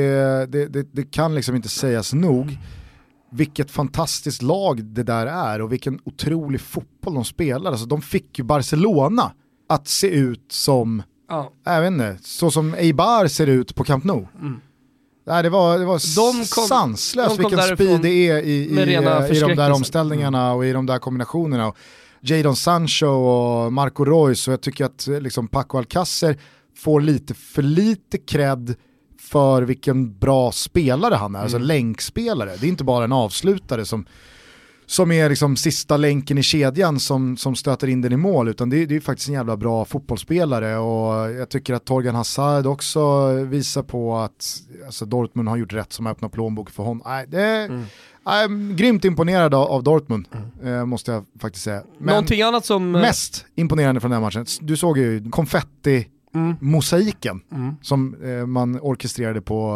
Speaker 1: det kan liksom inte sägas nog vilket fantastiskt lag det där är och vilken otrolig fotboll de spelar. Alltså, de fick ju Barcelona att se ut som, jag vet inte, så som Eibar ser ut på Camp Nou. Nej, det var sanslöst vilken speed det är i de där omställningarna och i de där kombinationerna. Och Jadon Sancho och Marco Reus, och jag tycker att liksom Paco Alcácer får lite för lite cred för vilken bra spelare han är, alltså länkspelare. Det är inte bara en avslutare som är liksom sista länken i kedjan som stöter in den i mål, utan det är ju faktiskt en jävla bra fotbollsspelare, och jag tycker att Torgan Hazard också visar på att alltså, Dortmund har gjort rätt som öppnar plånbok för honom. Jag är grymt imponerad av Dortmund, måste jag faktiskt säga. Men
Speaker 2: någonting annat som...
Speaker 1: Mest imponerande från den här matchen, du såg ju konfetti-mosaiken som man orkestrerade på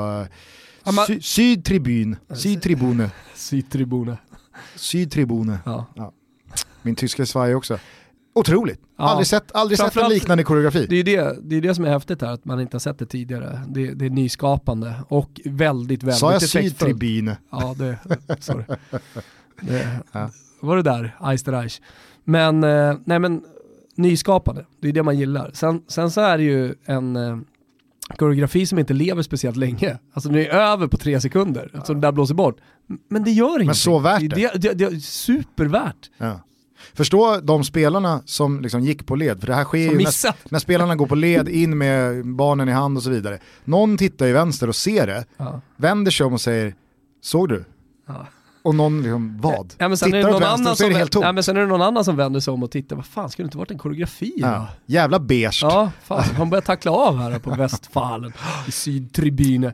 Speaker 1: Sydtribune. Ja. Min tyska är svaj också. Otroligt. Aldrig sett en liknande koreografi.
Speaker 2: Det är det som är häftigt här, att man inte har sett det tidigare. Det är nyskapande och väldigt
Speaker 1: sa jag Sydtribune?
Speaker 2: Ja, sorry. Var det där? Eisterreich. Men nyskapande, det är det man gillar. Sen så är det ju en koreografi som inte lever speciellt länge. Alltså den är över på 3 sekunder. Alltså den där blåser bort. Men det gör ingenting.
Speaker 1: Men så värt det.
Speaker 2: Det är supervärt.
Speaker 1: Ja. Förstå de spelarna som liksom gick på led. För det här sker ju när spelarna går på led in med barnen i hand och så vidare. Någon tittar i vänster och ser det. Vänder sig om och säger, såg du? Ja. Och någon liksom, vad?
Speaker 2: Ja, men sen tittar åt vänster så är det helt tomt. Ja, men sen är det någon annan som vänder sig om och tittar. Vad fan, skulle det inte varit en koreografi? Ja.
Speaker 1: Jävla beige.
Speaker 2: Ja, fan. Han börjar tackla av här på Västfalen i Sydtribune.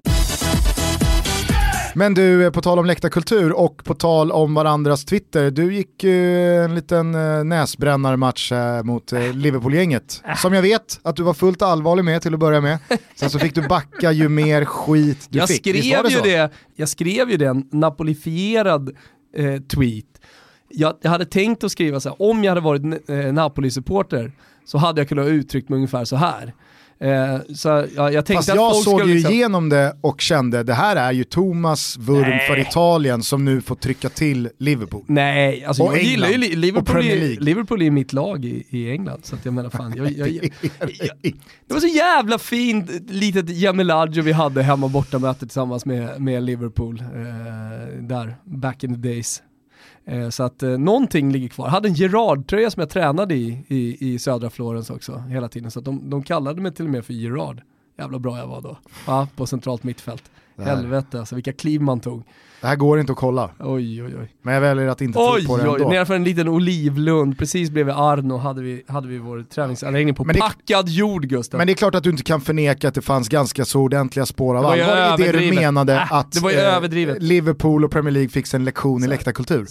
Speaker 1: Men du, på tal om läktarkultur och på tal om varandras Twitter, du gick en liten näsbrännarmatch mot Liverpool-gänget. Som jag vet att du var fullt allvarlig med till att börja med. Sen så fick du backa ju mer skit du fick.
Speaker 2: Jag skrev ju det, en napolifierad tweet. Jag hade tänkt att skriva så här, om jag hade varit Napoli-supporter så hade jag kunnat uttryckt mig ungefär så här. Så jag tänkte.
Speaker 1: Fast jag såg ju igenom det och kände, det här är ju Thomas vurm för Italien som nu får trycka till Liverpool.
Speaker 2: Nej, alltså
Speaker 1: och
Speaker 2: jag
Speaker 1: England,
Speaker 2: gillar ju Liverpool är mitt lag i England, så att jag menar fan. Det var så jävla fint litet Jamilaggio vi hade hemma borta möte tillsammans med Liverpool där back in the days. Så att någonting ligger kvar. Jag hade en Gerard-tröja som jag tränade i södra Florens också hela tiden. Så att de kallade mig till och med för Gerard. jävla bra jag var då. Ja, på centralt mittfält. Helvete, alltså vilka kliv man tog.
Speaker 1: Det här går inte att kolla.
Speaker 2: Oj.
Speaker 1: Men jag väljer att inte tro på det ändå.
Speaker 2: Nerför en liten olivlund, precis bredvid Arno hade vi vår träningsanläggning på packad jord, Gustav.
Speaker 1: Men det är klart att du inte kan förneka att det fanns ganska så ordentliga spår av allvar i det du menade att
Speaker 2: det var ju överdrivet.
Speaker 1: Liverpool och Premier League fick en lektion i läktarkultur.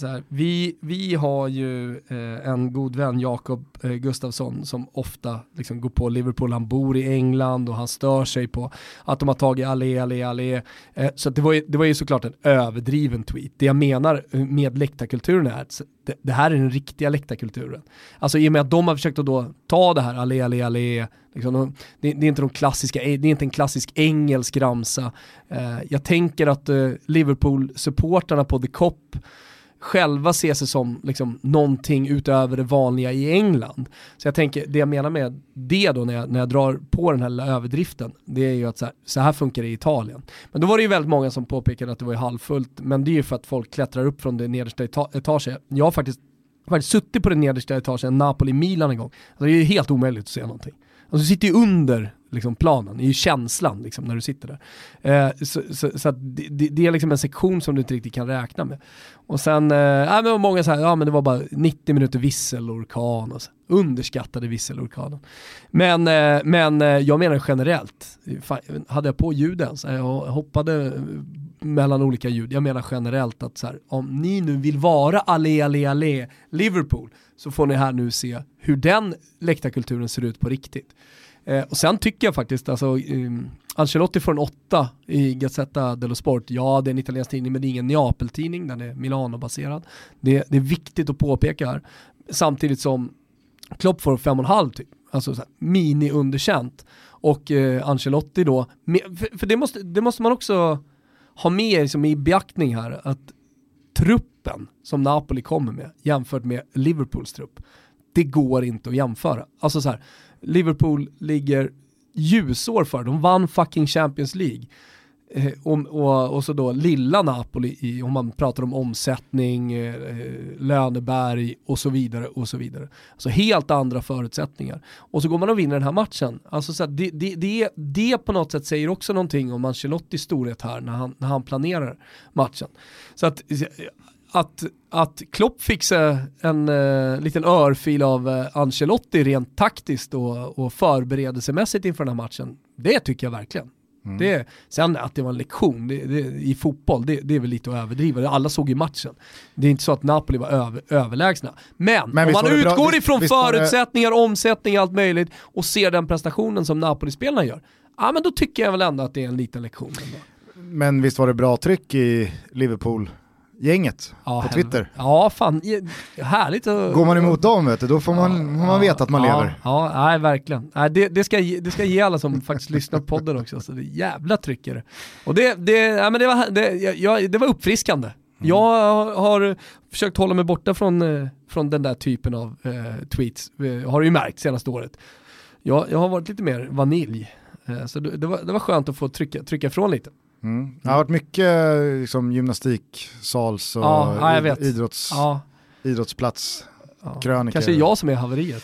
Speaker 2: Vi har ju en god vän, Jakob Gustafsson, som ofta liksom går på Liverpool. Han bor i England och han stör sig på att de har tagit allé. Så det var ju såklart en överdriven tweet. Det jag menar med läktarkulturen är att det här är den riktiga läktarkulturen. Alltså i och med att de har försökt att då ta det här allé. Liksom, det är inte det är inte en klassisk engelsk ramsa. Jag tänker att Liverpool-supporterna på The Kop själva ser sig som liksom någonting utöver det vanliga i England. Så jag tänker, det jag menar med det då när jag drar på den här överdriften, det är ju att så här funkar det i Italien. Men då var det ju väldigt många som påpekade att det var halvfullt, men det är ju för att folk klättrar upp från det nedersta etaget. Jag har faktiskt suttit på det nedersta etaget Napoli-Milan en gång. Alltså det är ju helt omöjligt att se någonting. Alltså du sitter ju under liksom planen, det är ju känslan liksom, när du sitter där. Så att det är liksom en sektion som du inte riktigt kan räkna med. Och sen, men många säger men det var bara 90 minuter visselorkan och så. Underskattade visselorkanen. Men jag menar generellt, hade jag på ljuden så jag hoppade mellan olika ljud. Jag menar generellt att så här, om ni nu vill vara allé Liverpool, så får ni här nu se hur den läktarkulturen ser ut på riktigt. Och sen tycker jag faktiskt, alltså Ancelotti får en 8 i Gazzetta dello Sport. Ja, det är en italiensk tidning, men det är ingen Neapel-tidning, den är Milano-baserad. Det är viktigt att påpeka här. Samtidigt som Klopp får 5,5 typ. Alltså så här, mini-underkänt. Och Ancelotti då, för det måste man också ha med liksom, i beaktning här, att truppen som Napoli kommer med jämfört med Liverpools trupp, det går inte att jämföra. Alltså så här, Liverpool ligger ljusår de vann fucking Champions League. Och så då lilla Napoli om man pratar om omsättning, löneberg och så vidare och så vidare. Alltså helt andra förutsättningar. Och så går man och vinner den här matchen. Alltså så här, det på något sätt säger också någonting om Ancelottis storhet här när han planerar matchen. Så att Klopp fick sig en liten örfil av Ancelotti rent taktiskt och förberedelsemässigt inför den här matchen, det tycker jag verkligen. Sen att det var en lektion i fotboll, det är väl lite att överdriva. Alla såg ju matchen. Det är inte så att Napoli var överlägsna. Men om man utgår ifrån förutsättningar, omsättning och allt möjligt och ser den prestationen som Napoli-spelarna gör, men då tycker jag väl ändå att det är en liten lektion.
Speaker 1: Men visst var det bra tryck i Liverpool-gänget på Twitter?
Speaker 2: Ja, fan. Härligt.
Speaker 1: Går man emot dem, vet du, då får man veta att man lever.
Speaker 2: Ja, nej, verkligen. Nej, det ska ge alla som faktiskt lyssnar på podden också. Så det är jävla tryckare. Och det var uppfriskande. Jag har försökt hålla mig borta från den där typen av tweets. Har du ju märkt senaste året. Jag har varit lite mer vanilj. Så det var skönt att få trycka ifrån lite.
Speaker 1: Det har varit mycket liksom, gymnastiksals och idrottsplats krönikor.
Speaker 2: Kanske jag som är haveriet.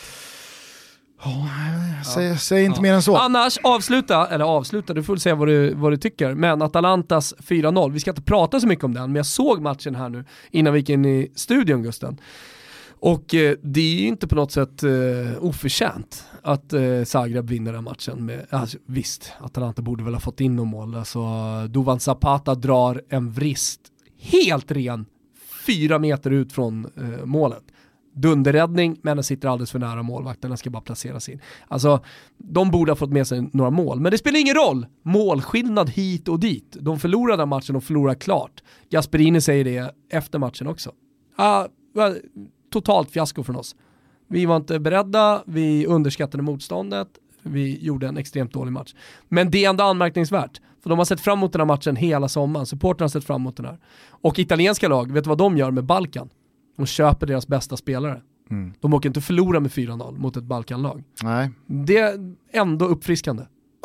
Speaker 1: Säg inte mer än så.
Speaker 2: Annars avsluta, du får säga vad du tycker. Men Atalantas 4-0, vi ska inte prata så mycket om den, men jag såg matchen här nu innan vi gick in i studion, Gusten. Och det är ju inte på något sätt oförtjänt att Zagreb vinner den matchen. Alltså, visst, Atalanta borde väl ha fått in någon mål. Alltså, Duvan Zapata drar en vrist helt ren 4 meter ut från målet. Dunderräddning, men den sitter alldeles för nära målvakten. Den ska bara placeras in. Alltså, de borde ha fått med sig några mål. Men det spelar ingen roll. Målskillnad hit och dit. De förlorar den matchen och förlorar klart. Gasperini säger det efter matchen också. Totalt fiasko från oss. Vi var inte beredda, vi underskattade motståndet, vi gjorde en extremt dålig match. Men det är ändå anmärkningsvärt, för de har sett fram emot den här matchen hela sommaren. Supporterna har sett fram emot den här. Och italienska lag, vet du vad de gör med Balkan? De köper deras bästa spelare. De åker inte förlora med 4-0 mot ett Balkanlag. Nej. Det är ändå uppfriskande.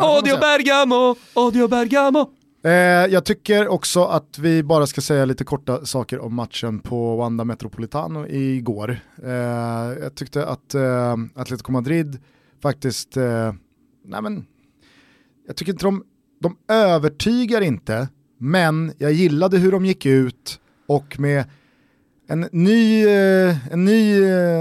Speaker 2: Odio Bergamo!
Speaker 1: Jag tycker också att vi bara ska säga lite korta saker om matchen på Wanda Metropolitano igår. Jag tyckte att Atletico Madrid faktiskt jag tycker inte de övertygar inte, men jag gillade hur de gick ut och med en ny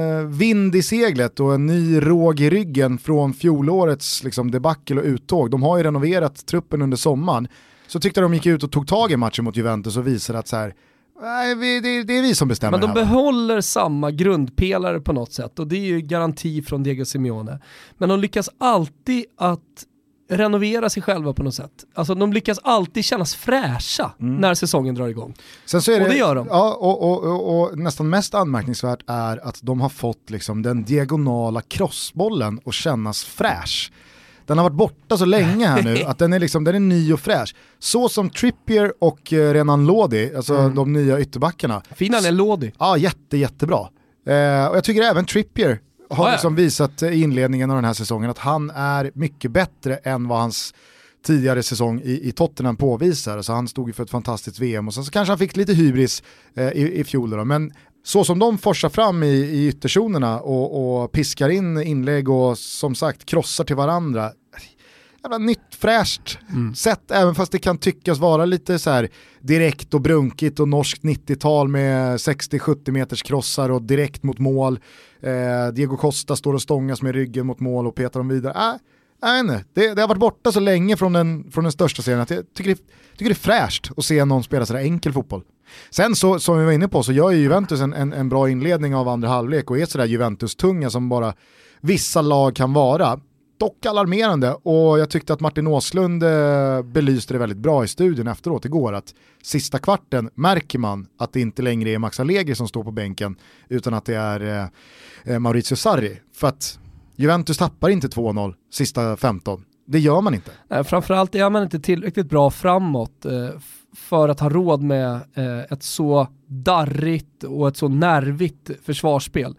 Speaker 1: vind i seglet och en ny råg i ryggen från fjolårets liksom debacle och uttåg. De har ju renoverat truppen under sommaren. Så tyckte de gick ut och tog tag i matchen mot Juventus och visade att så här, nej, det är vi som bestämmer.
Speaker 2: Men de behåller samma grundpelare på något sätt och det är ju garanti från Diego Simeone. Men de lyckas alltid att renovera sig själva på något sätt. Alltså de lyckas alltid kännas fräscha när säsongen drar igång.
Speaker 1: Sen så är
Speaker 2: och det gör de.
Speaker 1: Ja, och nästan mest anmärkningsvärt är att de har fått liksom den diagonala crossbollen att kännas fräsch. Den har varit borta så länge här nu att den är ny och fräsch. Så som Trippier och Renan Lodi, alltså de nya ytterbackarna.
Speaker 2: Finan är Lodi.
Speaker 1: Ja, jättebra. Och jag tycker även Trippier har liksom visat i inledningen av den här säsongen att han är mycket bättre än vad hans tidigare säsong i Tottenham påvisar. Alltså han stod ju för ett fantastiskt VM och sen så kanske han fick lite hybris i fjol då. Men så som de forsar fram i ytterzonerna och piskar in inlägg och som sagt krossar till varandra. Jävla nytt, fräscht sätt, även fast det kan tyckas vara lite så här direkt och brunkigt och norskt 90-tal med 60-70 meters krossar och direkt mot mål. Diego Costa står och stångas med ryggen mot mål och petar dem vidare. Nej, det har varit borta så länge från den största serien att jag tycker det är fräscht att se någon spela sådär enkel fotboll. Sen så, som vi var inne på, så gör ju Juventus en bra inledning av andra halvlek och är sådär Juventus-tunga som bara vissa lag kan vara. Dock alarmerande, och jag tyckte att Martin Åslund belyste det väldigt bra i studion efteråt igår, att sista kvarten märker man att det inte längre är Max Allegri som står på bänken utan att det är Maurizio Sarri, för att Juventus tappar inte 2-0 sista 15. Det gör man inte.
Speaker 2: Framförallt är man inte tillräckligt bra framåt för att ha råd med ett så darrigt och ett så nervigt försvarsspel.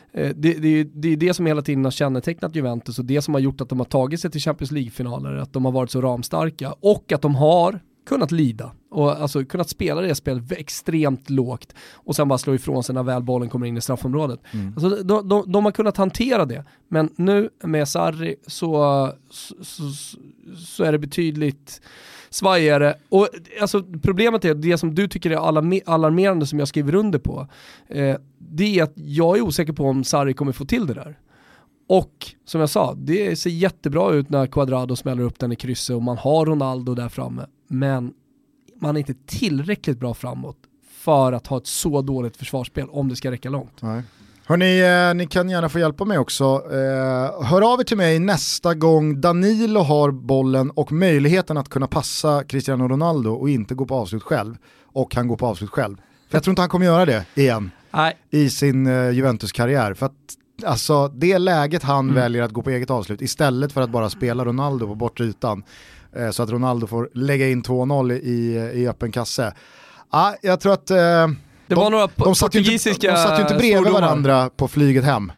Speaker 2: Det är det som hela tiden har kännetecknat Juventus och det som har gjort att de har tagit sig till Champions League-finaler, att de har varit så ramstarka och att de har kunnat lida och alltså kunnat spela det spelet extremt lågt och sen bara slå ifrån sig när väl bollen kommer in i straffområdet. Alltså, de har kunnat hantera det, men nu med Sarri så är det betydligt svajigare. Och alltså, problemet är det som du tycker är alarmerande som jag skriver under på. Det är att jag är osäker på om Sarri kommer få till det där. Och som jag sa, det ser jättebra ut när Cuadrado smäller upp den i krysset och man har Ronaldo där framme. Men man är inte tillräckligt bra framåt för att ha ett så dåligt försvarsspel om det ska räcka långt.
Speaker 1: Nej. Hörrni, ni kan gärna få hjälpa mig också. Hör av er till mig nästa gång Danilo har bollen och möjligheten att kunna passa Cristiano Ronaldo och inte gå på avslut själv. Och han går på avslut själv. För jag tror inte han kommer göra det igen i sin Juventus-karriär. För att alltså, det läget han väljer att gå på eget avslut istället för att bara spela Ronaldo på bortre ytan. Så att Ronaldo får lägga in 2-0 i öppen kasse. Jag tror att
Speaker 2: det var några
Speaker 1: de satt ju inte bredvid varandra på flyget hem.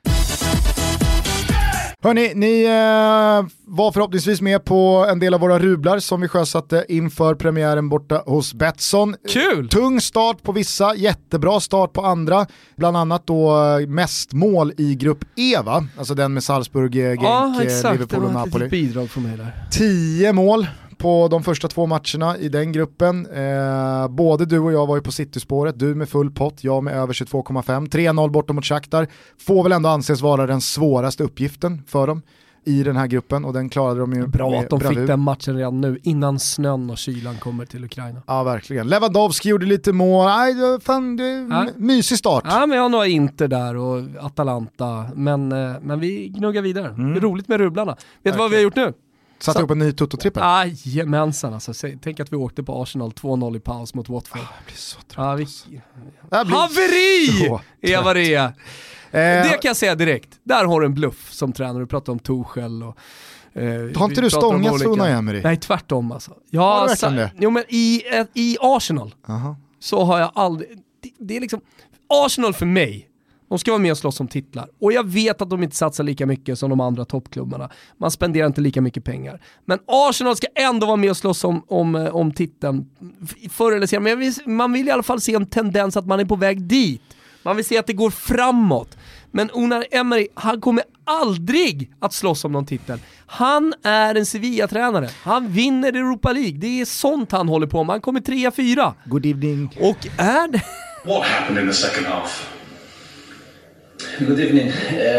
Speaker 1: Hörrni, ni var förhoppningsvis med på en del av våra rublar som vi sjösatte inför premiären borta hos Betsson.
Speaker 2: Kul!
Speaker 1: Tung start på vissa, jättebra start på andra. Bland annat då mest mål i grupp E, va? Alltså den med Salzburg, Genk, Liverpool och Napoli.
Speaker 2: Ett bidrag från mig där.
Speaker 1: 10 mål på de första 2 matcherna i den gruppen. Både du och jag var ju på City-spåret. Du med full pott, jag med över 22,5. 3-0 borta mot Shakhtar. Får väl ändå anses vara den svåraste uppgiften för dem i den här gruppen, och den klarade de ju.
Speaker 2: Bra att de fick den matchen redan nu innan snön och kylan kommer till Ukraina.
Speaker 1: Ja, verkligen. Lewandowski gjorde lite mål. Mysig start.
Speaker 2: Ja, men jag har nog Inter där och Atalanta, men vi gnuggar vidare. Det är roligt med rubblarna. Vet du vad vi har gjort nu?
Speaker 1: Satt ihop en ny Toto-trippel.
Speaker 2: Jajamensan alltså. Tänk att vi åkte på Arsenal 2-0 i paus mot Watford.
Speaker 1: Jag blir så trött.
Speaker 2: Haveri! Eva Rea. Det kan jag säga direkt. Där har du en bluff som tränare. Du pratar om Tuchel och
Speaker 1: har inte du stångat Unai Emery?
Speaker 2: Nej, tvärtom alltså. Jo, men i Arsenal så har jag aldrig... Det är liksom... Arsenal för mig, de ska vara med och slåss om titlar. Och jag vet att de inte satsar lika mycket som de andra toppklubbarna. Man spenderar inte lika mycket pengar. Men Arsenal ska ändå vara med och slåss om titeln förr eller senare. Men man vill i alla fall se en tendens att man är på väg dit. Man vill se att det går framåt. Men Unai Emery, han kommer aldrig att slåss om någon titel. Han är en Sevilla-tränare. Han vinner Europa League. Det är sånt han håller på med. Han kommer 3-4.
Speaker 1: Good evening.
Speaker 2: Och är det...
Speaker 13: What happened in the second half?
Speaker 14: Good evening.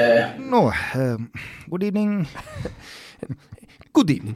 Speaker 1: Good evening.
Speaker 2: Good evening.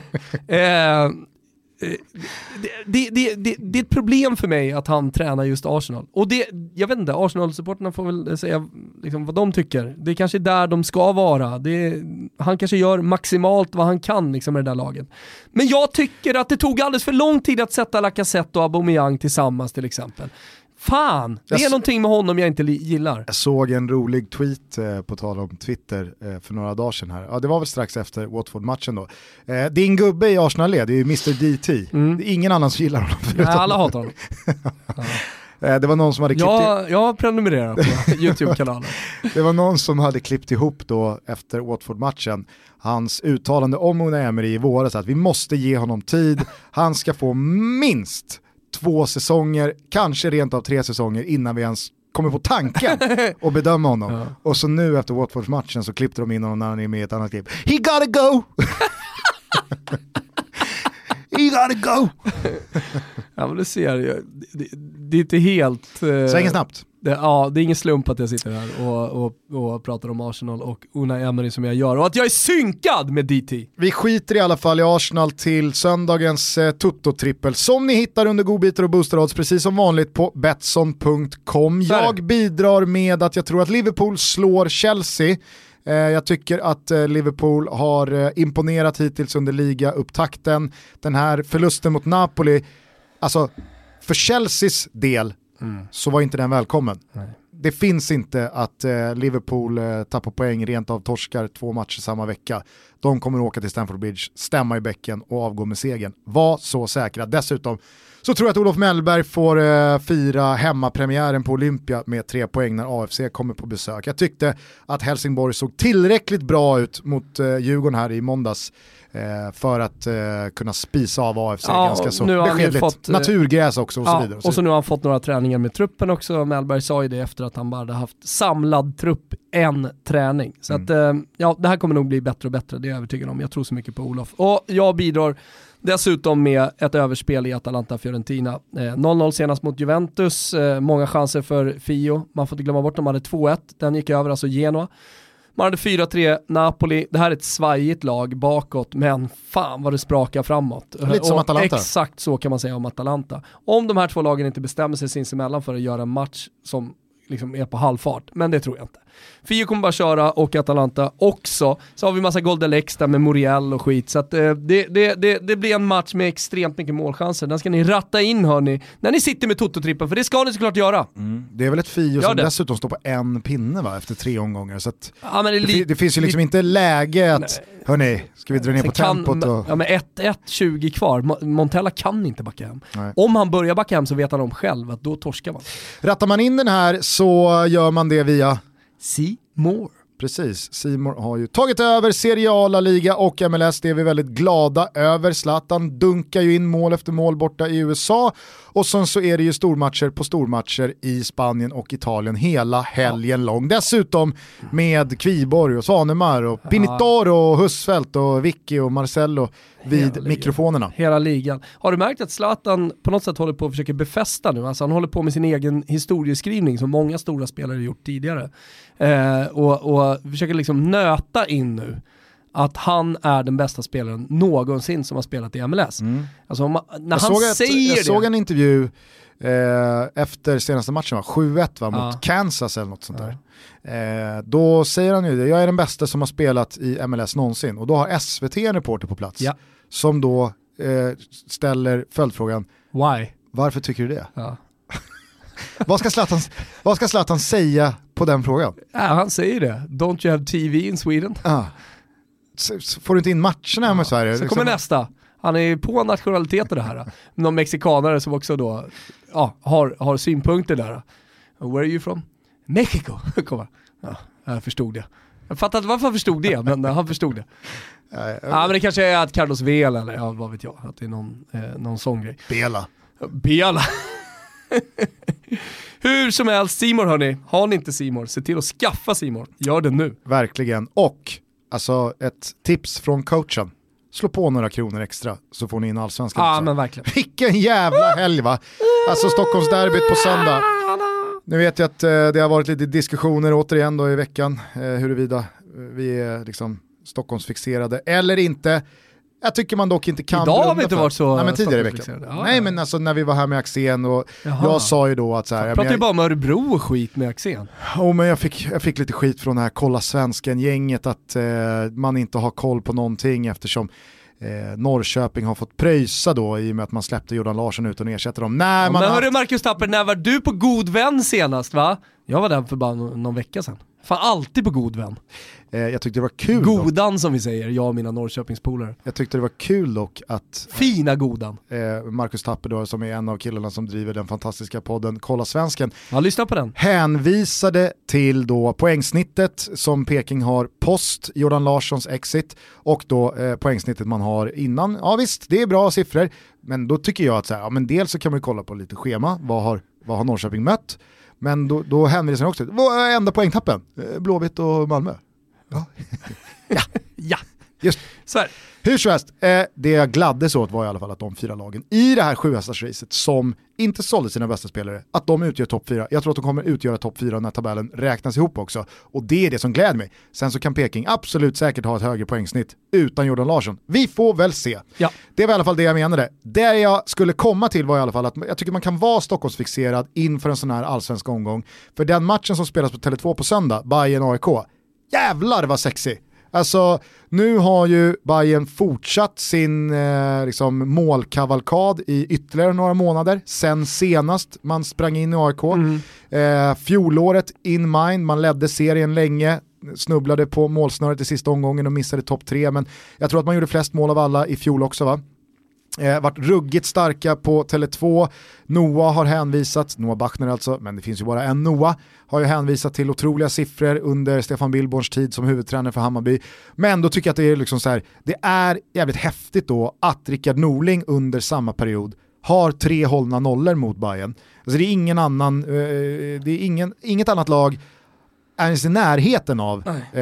Speaker 2: Det är ett problem för mig att han tränar just Arsenal. Och jag vet inte, Arsenal-supporterna får väl säga liksom vad de tycker. Det är kanske där de ska vara. Han kanske gör maximalt vad han kan liksom, med det där laget. Men jag tycker att det tog alldeles för lång tid att sätta Lacazette och Aubameyang tillsammans till exempel. Fan, det är någonting med honom jag inte gillar.
Speaker 1: Jag såg en rolig tweet på tal om Twitter för några dagar sedan här. Ja, det var väl strax efter Watford-matchen då. Din gubbe i Arsenal-led, det är ju Mr. DT. Det är ingen annan som gillar honom.
Speaker 2: Nej, alla hatar honom.
Speaker 1: Det var någon som hade klippt
Speaker 2: jag prenumererar på YouTube-kanalen.
Speaker 1: Det var någon som hade klippt ihop då efter Watford-matchen hans uttalande om Unai Emery i våras att vi måste ge honom tid. Han ska få minst 2 säsonger, kanske rent av 3 säsonger innan vi ens kommer på tanken och bedöma honom. Ja. Och så nu efter Watford-matchen så klippte de in honom när han är med i ett annat klipp. He gotta go! He gotta go!
Speaker 2: Ja, men du ser, det är inte helt...
Speaker 1: Svänger snabbt.
Speaker 2: Det är ingen slump att jag sitter här och pratar om Arsenal och Unai Emery som jag gör. Och att jag är synkad med DT.
Speaker 1: Vi skiter i alla fall i Arsenal till söndagens Tutto-trippel som ni hittar under godbitar och boosterodds precis som vanligt på Betsson.com. Jag bidrar med att jag tror att Liverpool slår Chelsea. Jag tycker att Liverpool har imponerat hittills under ligaupptakten. Den här förlusten mot Napoli, alltså för Chelseas del så var inte den välkommen. Nej. Det finns inte att Liverpool tappar poäng rent av torskar 2 matcher samma vecka. De kommer åka till Stamford Bridge, stämma i bäcken och avgå med segern. Var så säkra. Dessutom så tror jag att Olof Mellberg får fira hemmapremiären på Olympia med 3 poäng när AFC kommer på besök. Jag tyckte att Helsingborg såg tillräckligt bra ut mot Djurgården här i måndags för att kunna spisa av AFC ganska så beskedligt. Fått, naturgräs också och så vidare.
Speaker 2: Och så nu har han fått några träningar med truppen också. Mellberg sa ju det efter att han bara hade haft samlad trupp en träning. Så att det här kommer nog bli bättre och bättre, det är jag övertygad om. Jag tror så mycket på Olof. Och jag bidrar dessutom med ett överspel i Atalanta-Fiorentina. 0-0 senast mot Juventus. Många chanser för Fio. Man får inte glömma bort att de hade 2-1. Den gick över, alltså Genoa. Man hade 4-3 Napoli. Det här är ett svajigt lag bakåt, men fan vad det sprakar framåt.
Speaker 1: Lite som Atalanta.
Speaker 2: Exakt så kan man säga om Atalanta. Om de här 2 lagen inte bestämmer sig sinsemellan för att göra en match som liksom är på halvfart, men det tror jag inte. Fio kommer bara köra och Atalanta också. Så har vi massa Golden Lex där med Muriel och skit. Så att det blir en match med extremt mycket målchanser. Den ska ni ratta in, hörni, när ni sitter med Toto-trippen, för det ska ni såklart göra.
Speaker 1: Det är väl ett Fio som dessutom står på 1 pinne va, efter 3 omgångar. Så att det finns ju liksom inte läge att hörni, ska vi dra ner på tempot?
Speaker 2: Ja, men 1-1, 20 kvar. Montella kan inte backa hem. Nej. Om han börjar backa hem så vet han om själv att då torskar man.
Speaker 1: Rattar man in den här så gör man det via
Speaker 2: C More.
Speaker 1: Precis, C More har ju tagit över Serie A, La Liga och MLS. Det är vi väldigt glada över. Zlatan dunkar ju in mål efter mål borta i USA. Och sen så är det ju stormatcher på stormatcher i Spanien och Italien hela helgen lång. Dessutom med Kviborg och Svanemar och Pinitoro och Husfeldt och Vicky och Marcello vid mikrofonerna.
Speaker 2: Hela ligan. Har du märkt att Zlatan på något sätt håller på att försöka befästa nu? Alltså han håller på med sin egen historieskrivning som många stora spelare gjort tidigare. Och försöker liksom nöta in nu att han är den bästa spelaren någonsin som har spelat i MLS. Alltså
Speaker 1: jag såg en intervju efter senaste matchen, 7-1 mot Kansas eller något sånt där. Då säger han ju det, jag är den bästa som har spelat i MLS någonsin. Och då har SVT en reporter på plats som då ställer följdfrågan:
Speaker 2: Why?
Speaker 1: Varför tycker du det? Ja. Vad ska Zlatan säga på den frågan?
Speaker 2: Ja, han säger det. Don't you have TV in Sweden?
Speaker 1: Får du inte in matcherna med Sverige?
Speaker 2: Så kommer nästa. Han är ju på nationaliteter det här. Någon mexikanare som också då har synpunkter där. Where are you from? Mexico. Jag förstod det. Jag fattar inte varför han förstod det, men han förstod det. Men det kanske är att Carlos Vela eller vad vet jag. Att det är någon sån grej.
Speaker 1: Bela.
Speaker 2: Hur som helst, C More hörni, har ni inte C More, se till att skaffa C More. Gör det nu.
Speaker 1: Verkligen. Och alltså ett tips från coachen. Slå på några kronor extra så får ni in allsvenskan.
Speaker 2: Ja, men verkligen.
Speaker 1: Vilken jävla helg va? Alltså Stockholmsderbyt på söndag. Nu vet jag att det har varit lite diskussioner återigen då i veckan huruvida vi är liksom Stockholmsfixerade eller inte. Jag tycker man dock inte kan.
Speaker 2: Idag har vi inte varit så.
Speaker 1: Nej, men tidigare i veckan.
Speaker 2: Ja,
Speaker 1: nej men alltså när vi var här med Axén och jag sa ju då att så här.
Speaker 2: Jag pratar ju bara om Örebro och skit med Axén.
Speaker 1: Men jag fick lite skit från det här Kolla Svensken-gänget att man inte har koll på någonting eftersom Norrköping har fått pröjsa då i och med att man släppte Jordan Larsson ut och ersätter dem.
Speaker 2: Men hörru Marcus Tapper, när var du på God Vän senast va? Jag var där för bara någon vecka sedan. Fan, alltid på God Vän.
Speaker 1: Jag tyckte det var kul.
Speaker 2: Godan dock, som vi säger, jag och mina Norrköpingspolare.
Speaker 1: Jag tyckte det var kul dock att
Speaker 2: fina Godan.
Speaker 1: Marcus Tapper då, som är en av killarna som driver den fantastiska podden Kolla Svensken.
Speaker 2: Ja, lyssna på den.
Speaker 1: Hänvisade till då poängsnittet som Peking har post Jordan Larssons exit och då poängsnittet man har innan. Ja visst, det är bra siffror, men då tycker jag att så här, ja, men dels så kan man kolla på lite schema, vad har Norrköping mött? Men då hänvisar han också till, vad är enda poängtappen? Blåvitt och Malmö. Ja.
Speaker 2: Ja.
Speaker 1: Just
Speaker 2: så här.
Speaker 1: Hur så helst, det jag gladdes åt var i alla fall att de 4 lagen i det här 7-hästarsracet som inte sålde sina bästa spelare, att de utgör topp 4. Jag tror att de kommer utgöra topp 4 när tabellen räknas ihop också. Och det är det som gläder mig. Sen så kan Peking absolut säkert ha ett högre poängsnitt utan Jordan Larsson. Vi får väl se.
Speaker 2: Ja.
Speaker 1: Det var i alla fall det jag menade. Det jag skulle komma till var i alla fall att jag tycker man kan vara Stockholmsfixerad inför en sån här allsvensk omgång. För den matchen som spelas på Tele2 på söndag, Bayern-AIK, jävlar vad sexy. Alltså, nu har ju Bayern fortsatt sin liksom målkavalkad i ytterligare några månader sen senast man sprang in i AIK. Fjolåret in mind, man ledde serien länge, snubblade på målsnöret i sista omgången och missade topp 3, men jag tror att man gjorde flest mål av alla i fjol också va? Vart ruggigt starka på Tele2. Noah har hänvisat, Noah Bachner alltså, men det finns ju bara en Noah, har ju hänvisat till otroliga siffror under Stefan Billborns tid som huvudtränare för Hammarby. Men då tycker jag att det är liksom så här, det är jävligt häftigt då att Rickard Norling under samma period har 3 hållna nollor mot Bayern. Alltså det är ingen annan, det är inget annat lag är ens i närheten av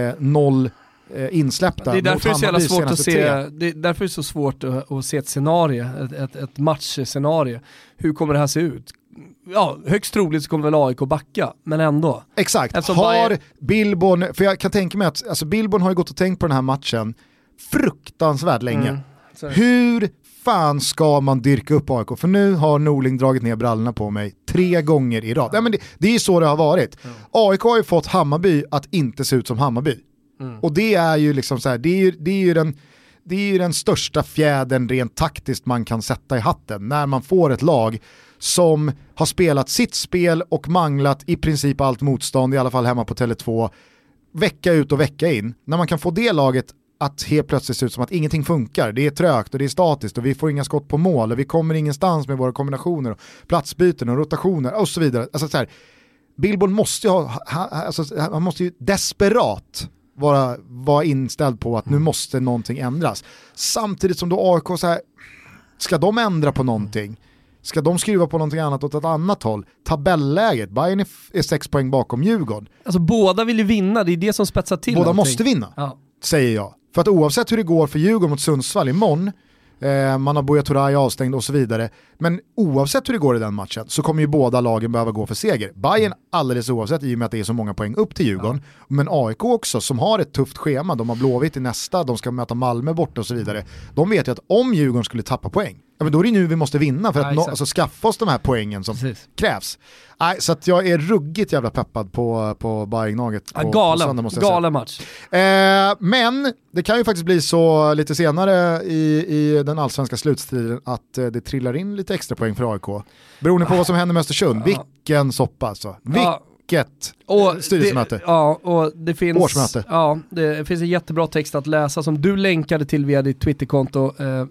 Speaker 1: 0 insläppta.
Speaker 2: Det är därför det är så svårt att se. Det är därför det är så svårt att se ett scenario, ett matchscenario. Hur kommer det här se ut? Ja, högst troligt så kommer väl AIK backa, men ändå.
Speaker 1: Exakt. Har Billborn, för jag kan tänka mig att alltså Billborn har ju gått och tänkt på den här matchen fruktansvärt länge. Hur fan ska man dyrka upp AIK? För nu har Norling dragit ner brallorna på mig 3 gånger i rad. Nej, men det är ju så det har varit. AIK har ju fått Hammarby att inte se ut som Hammarby. Och det är ju liksom så här, det är ju den största fjädern rent taktiskt man kan sätta i hatten när man får ett lag som har spelat sitt spel och manglat i princip allt motstånd, i alla fall hemma på Tele2, vecka ut och vecka in. När man kan få det laget att helt plötsligt se ut som att ingenting funkar, det är trögt och det är statiskt och vi får inga skott på mål och vi kommer ingenstans med våra kombinationer och platsbyten och rotationer och så vidare. Alltså så här, Billborn måste ju han måste ju desperat vara inställd på att nu måste någonting ändras. Samtidigt som då AIK så här, ska de ändra på någonting? Ska de skruva på någonting annat åt ett annat håll? Tabelläget, Bayern är 6 poäng bakom Djurgården.
Speaker 2: Alltså båda vill ju vinna, det är det som spetsar till.
Speaker 1: Båda måste vinna, säger jag. För att oavsett hur det går för Djurgården mot Sundsvall imorgon, man har Buya Turay avstängd och så vidare, men oavsett hur det går i den matchen så kommer ju båda lagen behöva gå för seger. Bayern alldeles oavsett, i och med att det är så många poäng upp till Djurgården, men AIK också som har ett tufft schema, de har Blåvitt i nästa, de ska möta Malmö borta och så vidare. De vet ju att om Djurgården skulle tappa poäng, ja, men då är det nu vi måste vinna för att alltså, skaffa oss de här poängen som krävs. Nej, så att jag är ruggigt jävla peppad på Bayern-Gnaget.
Speaker 2: Galen match.
Speaker 1: Men det kan ju faktiskt bli så lite senare i den allsvenska slutstriden att det trillar in lite extra poäng för AIK. Beroende på vad som händer med Östersund. Vilken soppa alltså. Vilket styrelsemöte.
Speaker 2: Och det finns
Speaker 1: årsmöte.
Speaker 2: Ja, det finns en jättebra text att läsa som du länkade till via ditt Twitterkonto.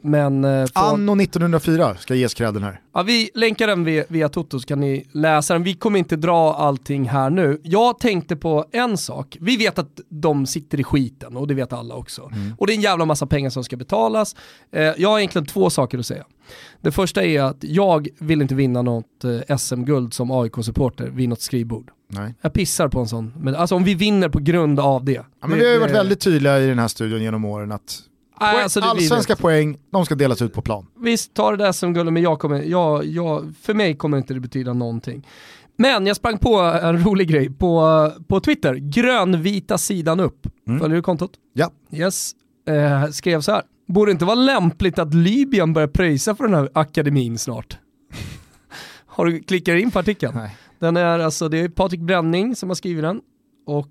Speaker 1: Anno 1904 ska ges credden här.
Speaker 2: Ja, vi länkar den via Toto så kan ni läsa den. Vi kommer inte dra allting här nu. Jag tänkte på en sak. Vi vet att de sitter i skiten och det vet alla också. Och det är en jävla massa pengar som ska betalas. Jag har egentligen 2 saker att säga. Det första är att jag vill inte vinna något SM-guld som AIK-supporter vid något skrivbord.
Speaker 1: Nej.
Speaker 2: Jag pissar på en sån. Men alltså om vi vinner på grund av det.
Speaker 1: Ja, men vi har ju varit väldigt tydliga i den här studion genom åren att allsvenska poäng, de ska delas ut på plan.
Speaker 2: Visst, tar det SM-guldet, men för mig kommer inte det betyda någonting. Men jag sprang på en rolig grej på Twitter. Grönvita sidan upp. Följer du kontot?
Speaker 1: Ja.
Speaker 2: Yes. Skrev så här. Borde inte vara lämpligt att Libyen börjar pröjsa för den här akademin snart? Har du klickat in på artikeln?
Speaker 1: Nej.
Speaker 2: Den är alltså, det är Patrik Bränning som har skrivit den. Och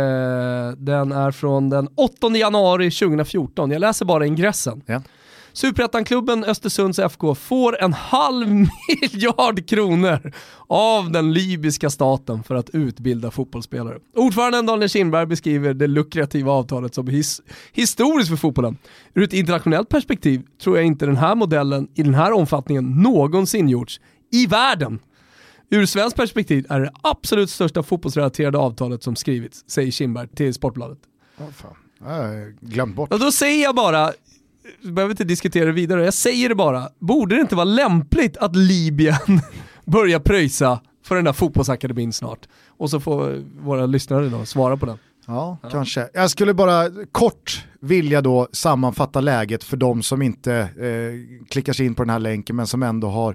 Speaker 2: den är från den 8 januari 2014. Jag läser bara ingressen.
Speaker 1: Ja.
Speaker 2: Superettan-klubben Östersunds FK får 500 miljoner kronor av den libyska staten för att utbilda fotbollsspelare. Ordföranden Daniel Kindberg beskriver det lukrativa avtalet som historiskt för fotbollen. Ur ett internationellt perspektiv tror jag inte den här modellen i den här omfattningen någonsin gjorts i världen. Ur svensk perspektiv är det absolut största fotbollsrelaterade avtalet som skrivits, säger Kindberg till Sportbladet.
Speaker 1: Fan. Jag har glömt bort.
Speaker 2: Och då säger jag bara, vi behöver inte diskutera det vidare, jag säger det bara, borde det inte vara lämpligt att Libyen börjar pröjsa för den där fotbollsakademin snart? Och så får våra lyssnare då svara på den.
Speaker 1: Ja, kanske. Jag skulle bara kort vilja då sammanfatta läget för de som inte klickar sig in på den här länken men som ändå har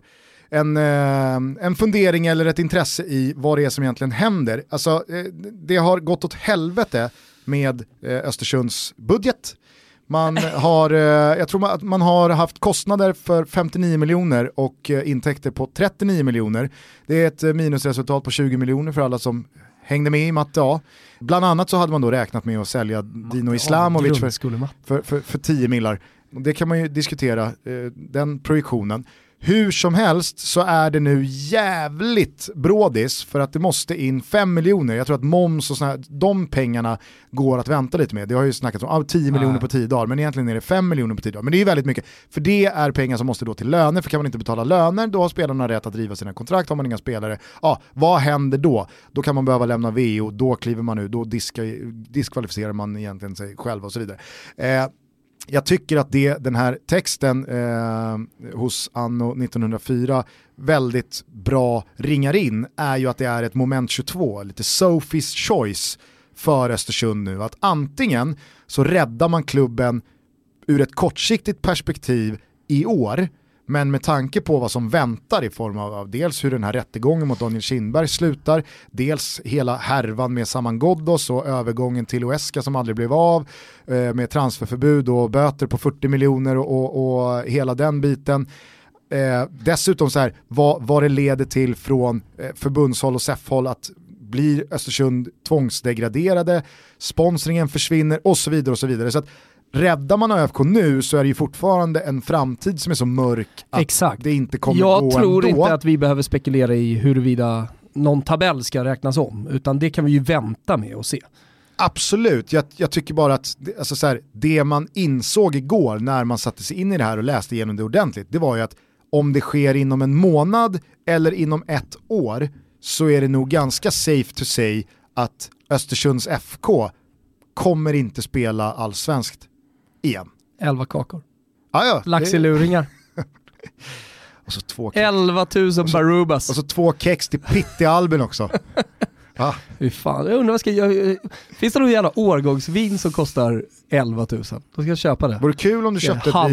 Speaker 1: en fundering eller ett intresse i vad det är som egentligen händer. Alltså, det har gått åt helvete med Östersunds budget. Man har, jag tror att man har haft kostnader för 59 miljoner och intäkter på 39 miljoner. Det är ett minusresultat på 20 miljoner för alla som hängde med i matte A. Bland annat så hade man då räknat med att sälja Dino Islamovic för 10 millar. Det kan man ju diskutera, den projektionen. Hur som helst så är det nu jävligt brådis för att det måste in 5 miljoner. Jag tror att moms och de pengarna går att vänta lite med. Det har ju snackats om 10 miljoner på 10 dagar, men egentligen är det 5 miljoner på 10 dagar. Men det är ju väldigt mycket, för det är pengar som måste då till löner, för kan man inte betala löner, då har spelarna rätt att driva sina kontrakt. Har man inga spelare, vad händer då? Då kan man behöva lämna VO, då kliver man ut, då diskvalificerar man egentligen sig själv och så vidare. Jag tycker att den här texten hos Anno 1904 väldigt bra ringar in är ju att det är ett moment 22, lite Sophie's choice för Östersund nu. Att antingen så räddar man klubben ur ett kortsiktigt perspektiv i år, men med tanke på vad som väntar i form av dels hur den här rättegången mot Daniel Kindberg slutar, dels hela härvan med Saman Ghoddos och övergången till Oeska som aldrig blev av, med transferförbud och böter på 40 miljoner och hela den biten. Dessutom så här, vad det leder till från förbundshåll och SEF-håll, att blir Östersund tvångsdegraderade, sponsringen försvinner och så vidare och så vidare. Så att räddar man ÖFK nu så är det ju fortfarande en framtid som är så mörk att det inte kommer gå ändå.
Speaker 2: Jag tror inte att vi behöver spekulera i huruvida någon tabell ska räknas om, utan det kan vi ju vänta med och se.
Speaker 1: Absolut, jag tycker bara att alltså så här, det man insåg igår när man satte sig in i det här och läste igenom det ordentligt, det var ju att om det sker inom en månad eller inom ett år så är det nog ganska safe to say att Östersunds FK kommer inte spela allsvenskt igen.
Speaker 2: 11 kakor.
Speaker 1: Ja.
Speaker 2: Laxiluringar.
Speaker 1: Och så 2 kex.
Speaker 2: 11 000 Barubas.
Speaker 1: Och så 2 kex till Pitti Albin också.
Speaker 2: Fy fan, jag undrar vad ska jag... Finns det någon jävla årgångsvin som kostar 11 000? Då ska jag köpa det.
Speaker 1: Vore kul om du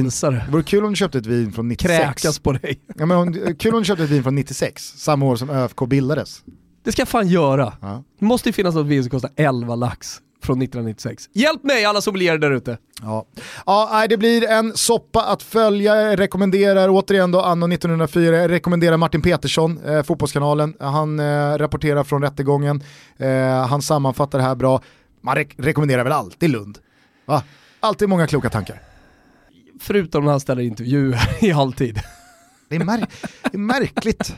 Speaker 1: köpte ett vin från 96.
Speaker 2: Kräkas på dig.
Speaker 1: Ja, men kul om du köpte ett vin från 96, samma år som ÖFK bildades.
Speaker 2: Det ska jag fan göra. Ja. Det måste ju finnas något vin som kostar 11 lax från 1996. Hjälp mig alla sommelier där ute.
Speaker 1: Ja, det blir en soppa att följa. Jag rekommenderar återigen då Anno 1904. Jag rekommenderar Martin Petersson, Fotbollskanalen. Han rapporterar från rättegången. Han sammanfattar det här bra. Man rekommenderar väl alltid Lund. Va? Alltid många kloka tankar.
Speaker 2: Förutom när han ställer intervjuer i alltid.
Speaker 1: Det är märkligt.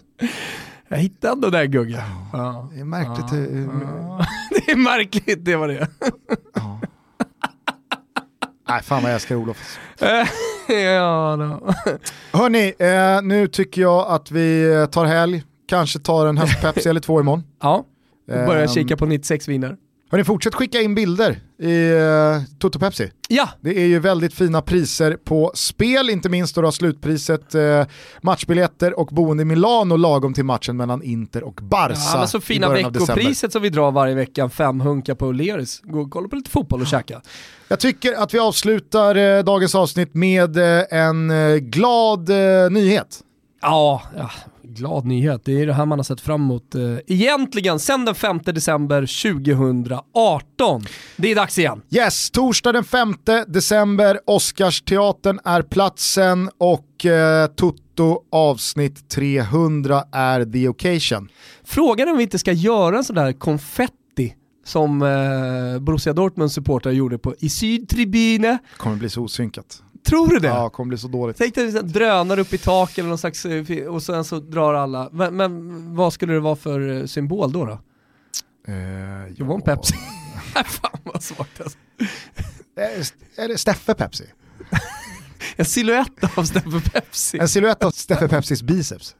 Speaker 2: Jag hittade ändå där Gugge.
Speaker 1: Ja. Det är märkligt.
Speaker 2: Det är märkligt, det var det.
Speaker 1: Ja. Nej, fan vad jag älskar Olof. Hörrni, nu tycker jag att vi tar helg. Kanske tar en höstpepsi eller 2 imorgon.
Speaker 2: Ja, börjar kika på 96 viner.
Speaker 1: Hörrni, fortsätt skicka in bilder i Toto Pepsi.
Speaker 2: Ja.
Speaker 1: Det är ju väldigt fina priser på spel, inte minst då slutpriset, matchbiljetter och boende i Milano lagom till matchen mellan Inter och Barca.
Speaker 2: Ja, men så fina veckopriset som vi drar varje vecka, 5 hunkar på Leris. Gå och kolla på lite fotboll och käka.
Speaker 1: Jag tycker att vi avslutar dagens avsnitt med en glad nyhet.
Speaker 2: Ja, glad nyhet. Det är det här man har sett fram emot egentligen sedan den 5 december 2018. Det är dags igen.
Speaker 1: Yes, torsdag den 5 december, Oscarsteatern är platsen och Toto avsnitt 300 är the occasion.
Speaker 2: Frågan är om vi inte ska göra en sån där konfetti som Borussia Dortmund supportrar gjorde i Sydtribune.
Speaker 1: Det kommer bli så osynkat.
Speaker 2: Tror du det?
Speaker 1: Ja, det kommer bli så dåligt.
Speaker 2: Tänk dig drönar upp i taket eller någon slags, och sen så drar alla. Men vad skulle det vara för symbol då? Det var en Pepsi. Fan vad svårt alltså.
Speaker 1: Är det Steffe Pepsi?
Speaker 2: En silhuett av Steffe Pepsi.
Speaker 1: En silhuett av Steffe Pepsis biceps.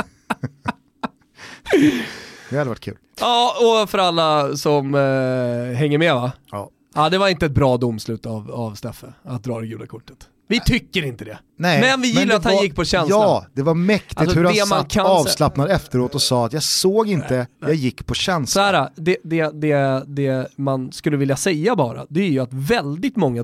Speaker 1: Det hade varit kul.
Speaker 2: Ja, och för alla som hänger med, va? Ja, det var inte ett bra domslut av Steffe att dra det gula kortet. Vi tycker inte det.
Speaker 1: Nej,
Speaker 2: men vi gillar att han gick på känslan.
Speaker 1: Ja, det var mäktigt alltså, hur han satt avslappnad efteråt och sa att jag såg inte, jag gick på känslan.
Speaker 2: Så här, det man skulle vilja säga bara, det är ju att väldigt många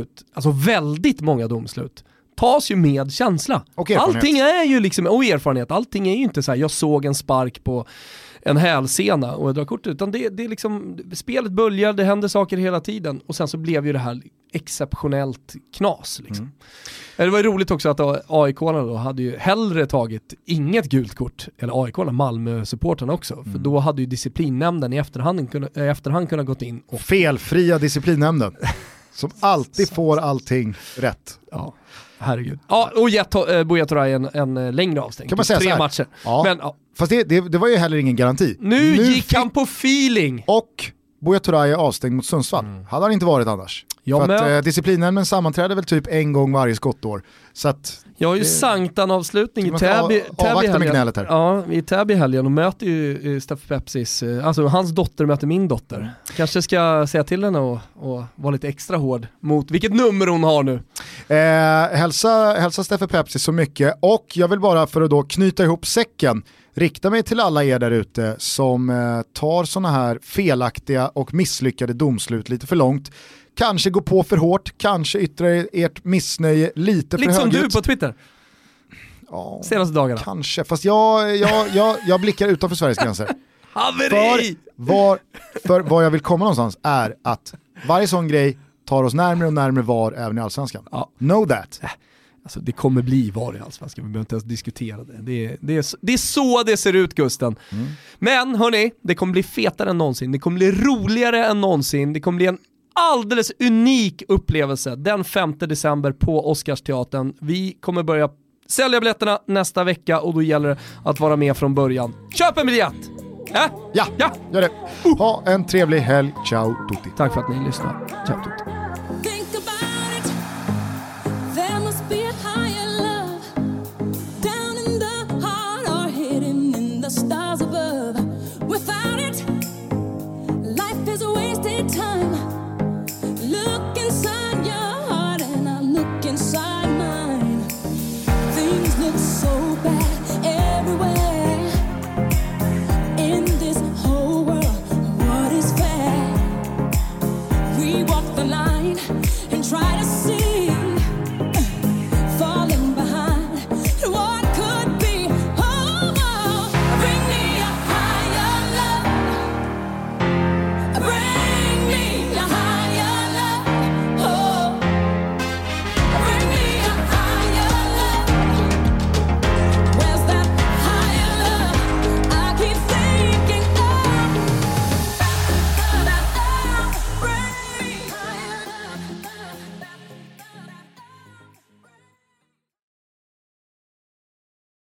Speaker 2: domslut tas ju med känsla. Allting är ju liksom, och erfarenhet, allting är ju inte så här, jag såg en spark på en hälsena och jag drar kortet, utan det är liksom, spelet böljar, det händer saker hela tiden och sen så blev ju det här exceptionellt knas liksom. Det var ju roligt också att AIK-arna då hade ju hellre tagit inget gult kort, eller AIK-arna, Malmö-supporterna också, för då hade ju disciplinnämnden i efterhand kunnat gått in och...
Speaker 1: Felfria disciplinnämnden som alltid får allting rätt.
Speaker 2: Ja. Herregud. Ja, och gett Buya Turay en längre avstängning.
Speaker 1: Kan man säga
Speaker 2: 3 matcher.
Speaker 1: Ja.
Speaker 2: Men, ja.
Speaker 1: Fast det var ju heller ingen garanti.
Speaker 2: Nu gick han på feeling.
Speaker 1: Och Buya Turay är avstängd mot Sundsvall. Hade han inte varit annars.
Speaker 2: Ja,
Speaker 1: för att disciplinen sammanträder väl typ en gång varje skottår. Så att
Speaker 2: jag har ju Sanktan-avslutning i Täby helgen. Ja, i Täby helgen och möter ju Steffe Pepsis, alltså hans dotter möter min dotter. Kanske ska säga till henne och vara lite extra hård mot vilket nummer hon har nu.
Speaker 1: Hälsa Steffe Pepsi så mycket, och jag vill bara, för att då knyta ihop säcken, rikta mig till alla er där ute som tar såna här felaktiga och misslyckade domslut lite för långt. Kanske gå på för hårt, kanske yttra ert missnöje lite för högt.
Speaker 2: Liksom du på Twitter.
Speaker 1: Ja,
Speaker 2: senaste dagarna.
Speaker 1: Kanske, fast jag blickar utanför Sveriges gränser.
Speaker 2: Haveri!
Speaker 1: För vad jag vill komma någonstans är att varje sån grej tar oss närmare och närmare VAR även i Allsvenskan.
Speaker 2: Ja.
Speaker 1: Know that.
Speaker 2: Alltså det kommer bli VAR i Allsvenskan, vi behöver inte ens diskutera det. Det är så det ser ut, Gusten. Men hörni, det kommer bli fetare än någonsin. Det kommer bli roligare än någonsin. Det kommer bli en alldeles unik upplevelse den 5 december på Oscarsteatern. Vi kommer börja sälja biljetterna nästa vecka och då gäller det att vara med från början. Köp en biljett!
Speaker 1: Ja, gör det. Ha en trevlig helg. Ciao tutti.
Speaker 2: Tack för att ni lyssnar. Ciao tutti.